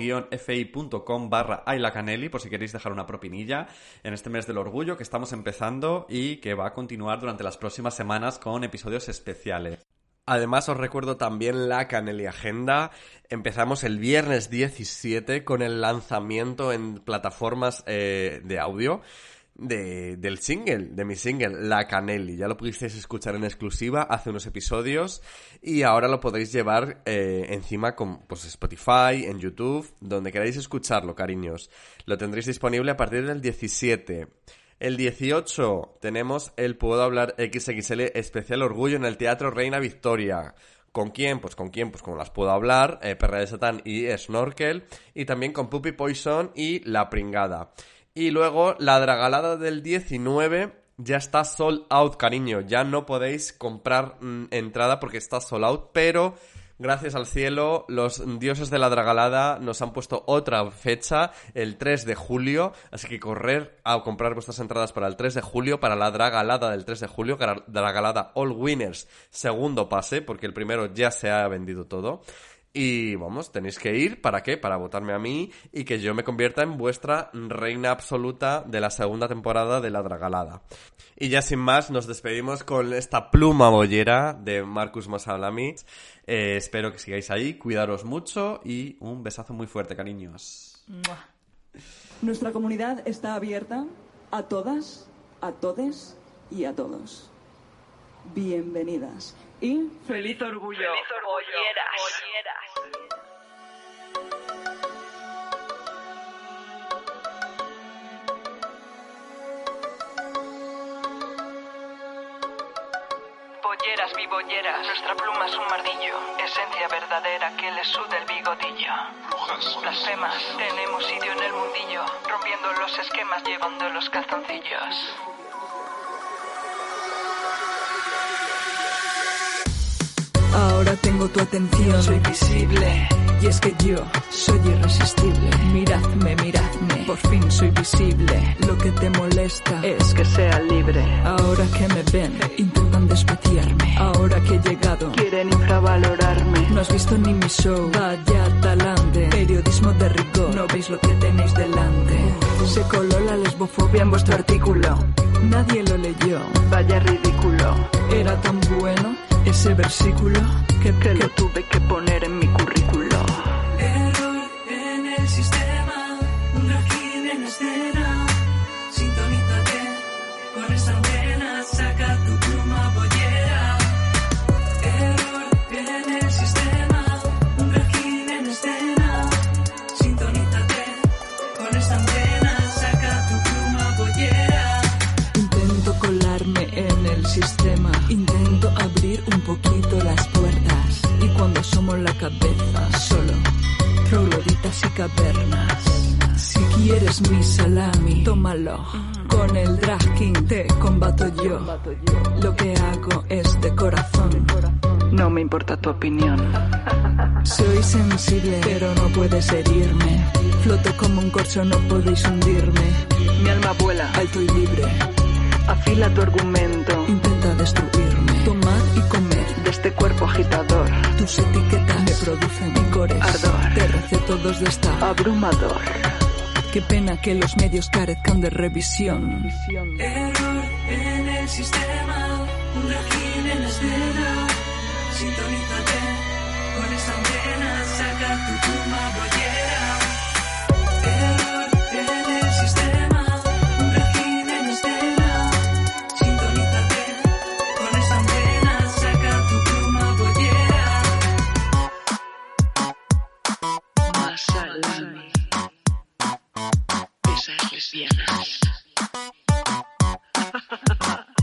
ko-fi.com /ilacaneli, por si queréis dejar una propinilla en este mes del orgullo que estamos empezando y que va a continuar durante las próximas semanas con episodios especiales. Además, os recuerdo también la Caneli Agenda. Empezamos el viernes 17 con el lanzamiento en plataformas de audio del single, de mi single, La Caneli. Ya lo pudisteis escuchar en exclusiva hace unos episodios y ahora lo podéis llevar encima con pues Spotify, en YouTube, donde queráis escucharlo, cariños. Lo tendréis disponible a partir del 17. El 18 tenemos el Puedo Hablar XXL especial Orgullo en el Teatro Reina Victoria. ¿Con quién? Pues con Las Puedo Hablar, Perra de Satán y Snorkel. Y también con Puppy Poison y La Pringada. Y luego la Dragalada del 19 ya está sold out, cariño. Ya no podéis comprar entrada porque está sold out, pero gracias al cielo, los dioses de la Dragalada nos han puesto otra fecha, el 3 de julio. Así que correr a comprar vuestras entradas para el 3 de julio, para la Dragalada del 3 de julio, Dragalada All Winners, segundo pase, porque el primero ya se ha vendido todo. Y vamos, tenéis que ir, ¿para qué? Para votarme a mí y que yo me convierta en vuestra reina absoluta de la segunda temporada de la Dragalada. Y ya sin más, nos despedimos con esta pluma bollera de Marcus Masalami. Espero que sigáis ahí, cuidaros mucho y un besazo muy fuerte, cariños. Nuestra comunidad está abierta a todas, a todes y a todos. Bienvenidas y ¡Feliz orgullo! ¡Feliz orgulleras! Bolleras, bibolleras, nuestra pluma es un martillo, esencia verdadera que le suda el bigotillo. Blasfemas, tenemos sitio en el mundillo, rompiendo los esquemas, llevando los calzoncillos. ahora tengo tu atención. Soy visible. Y es que yo soy irresistible. Miradme, miradme, por fin soy visible. Lo que te molesta es que sea libre. Ahora que me ven, intentan despreciarme. Ahora que he llegado, quieren infravalorarme. No has visto ni mi show, vaya talante. Periodismo de rigor, no veis lo que tenéis delante. Se coló la lesbofobia en vuestro artículo. Nadie lo leyó, vaya ridículo. Era tan bueno ese versículo que lo tuve que poner en mi currículo. Error en el sistema, un drag en escena. Sintonízate con esa antena, saca tu pluma bollera. Error en el sistema, un drag en escena. Sintonízate con esa antena, saca tu pluma bollera. Intento colarme en el sistema, intento abrir un poquito las puertas. Y cuando somos la cabeza, solo trogloditas y cavernas. Si quieres mi salami, tómalo. Con el drag king te combato yo. Lo que hago es de corazón. No me importa tu opinión. Soy sensible, pero no puedes herirme. Floto como un corcho, no podéis hundirme. Mi alma vuela, alto y libre. Afila tu argumento. Intenta destruirme. Tomar y comer de este cuerpo agitador. Tus etiquetas me producen licores. Ardor. Te receto dos de esta abrumador. Qué pena que los medios carezcan de revisión. Error en el sistema, un drag en escena. Sintonízate con esa antena, saca tu pluma bollera. Error en el sistema, un drag en escena. Sintonízate con esa antena, saca tu pluma bollera. Masalami. Esas lesbianas.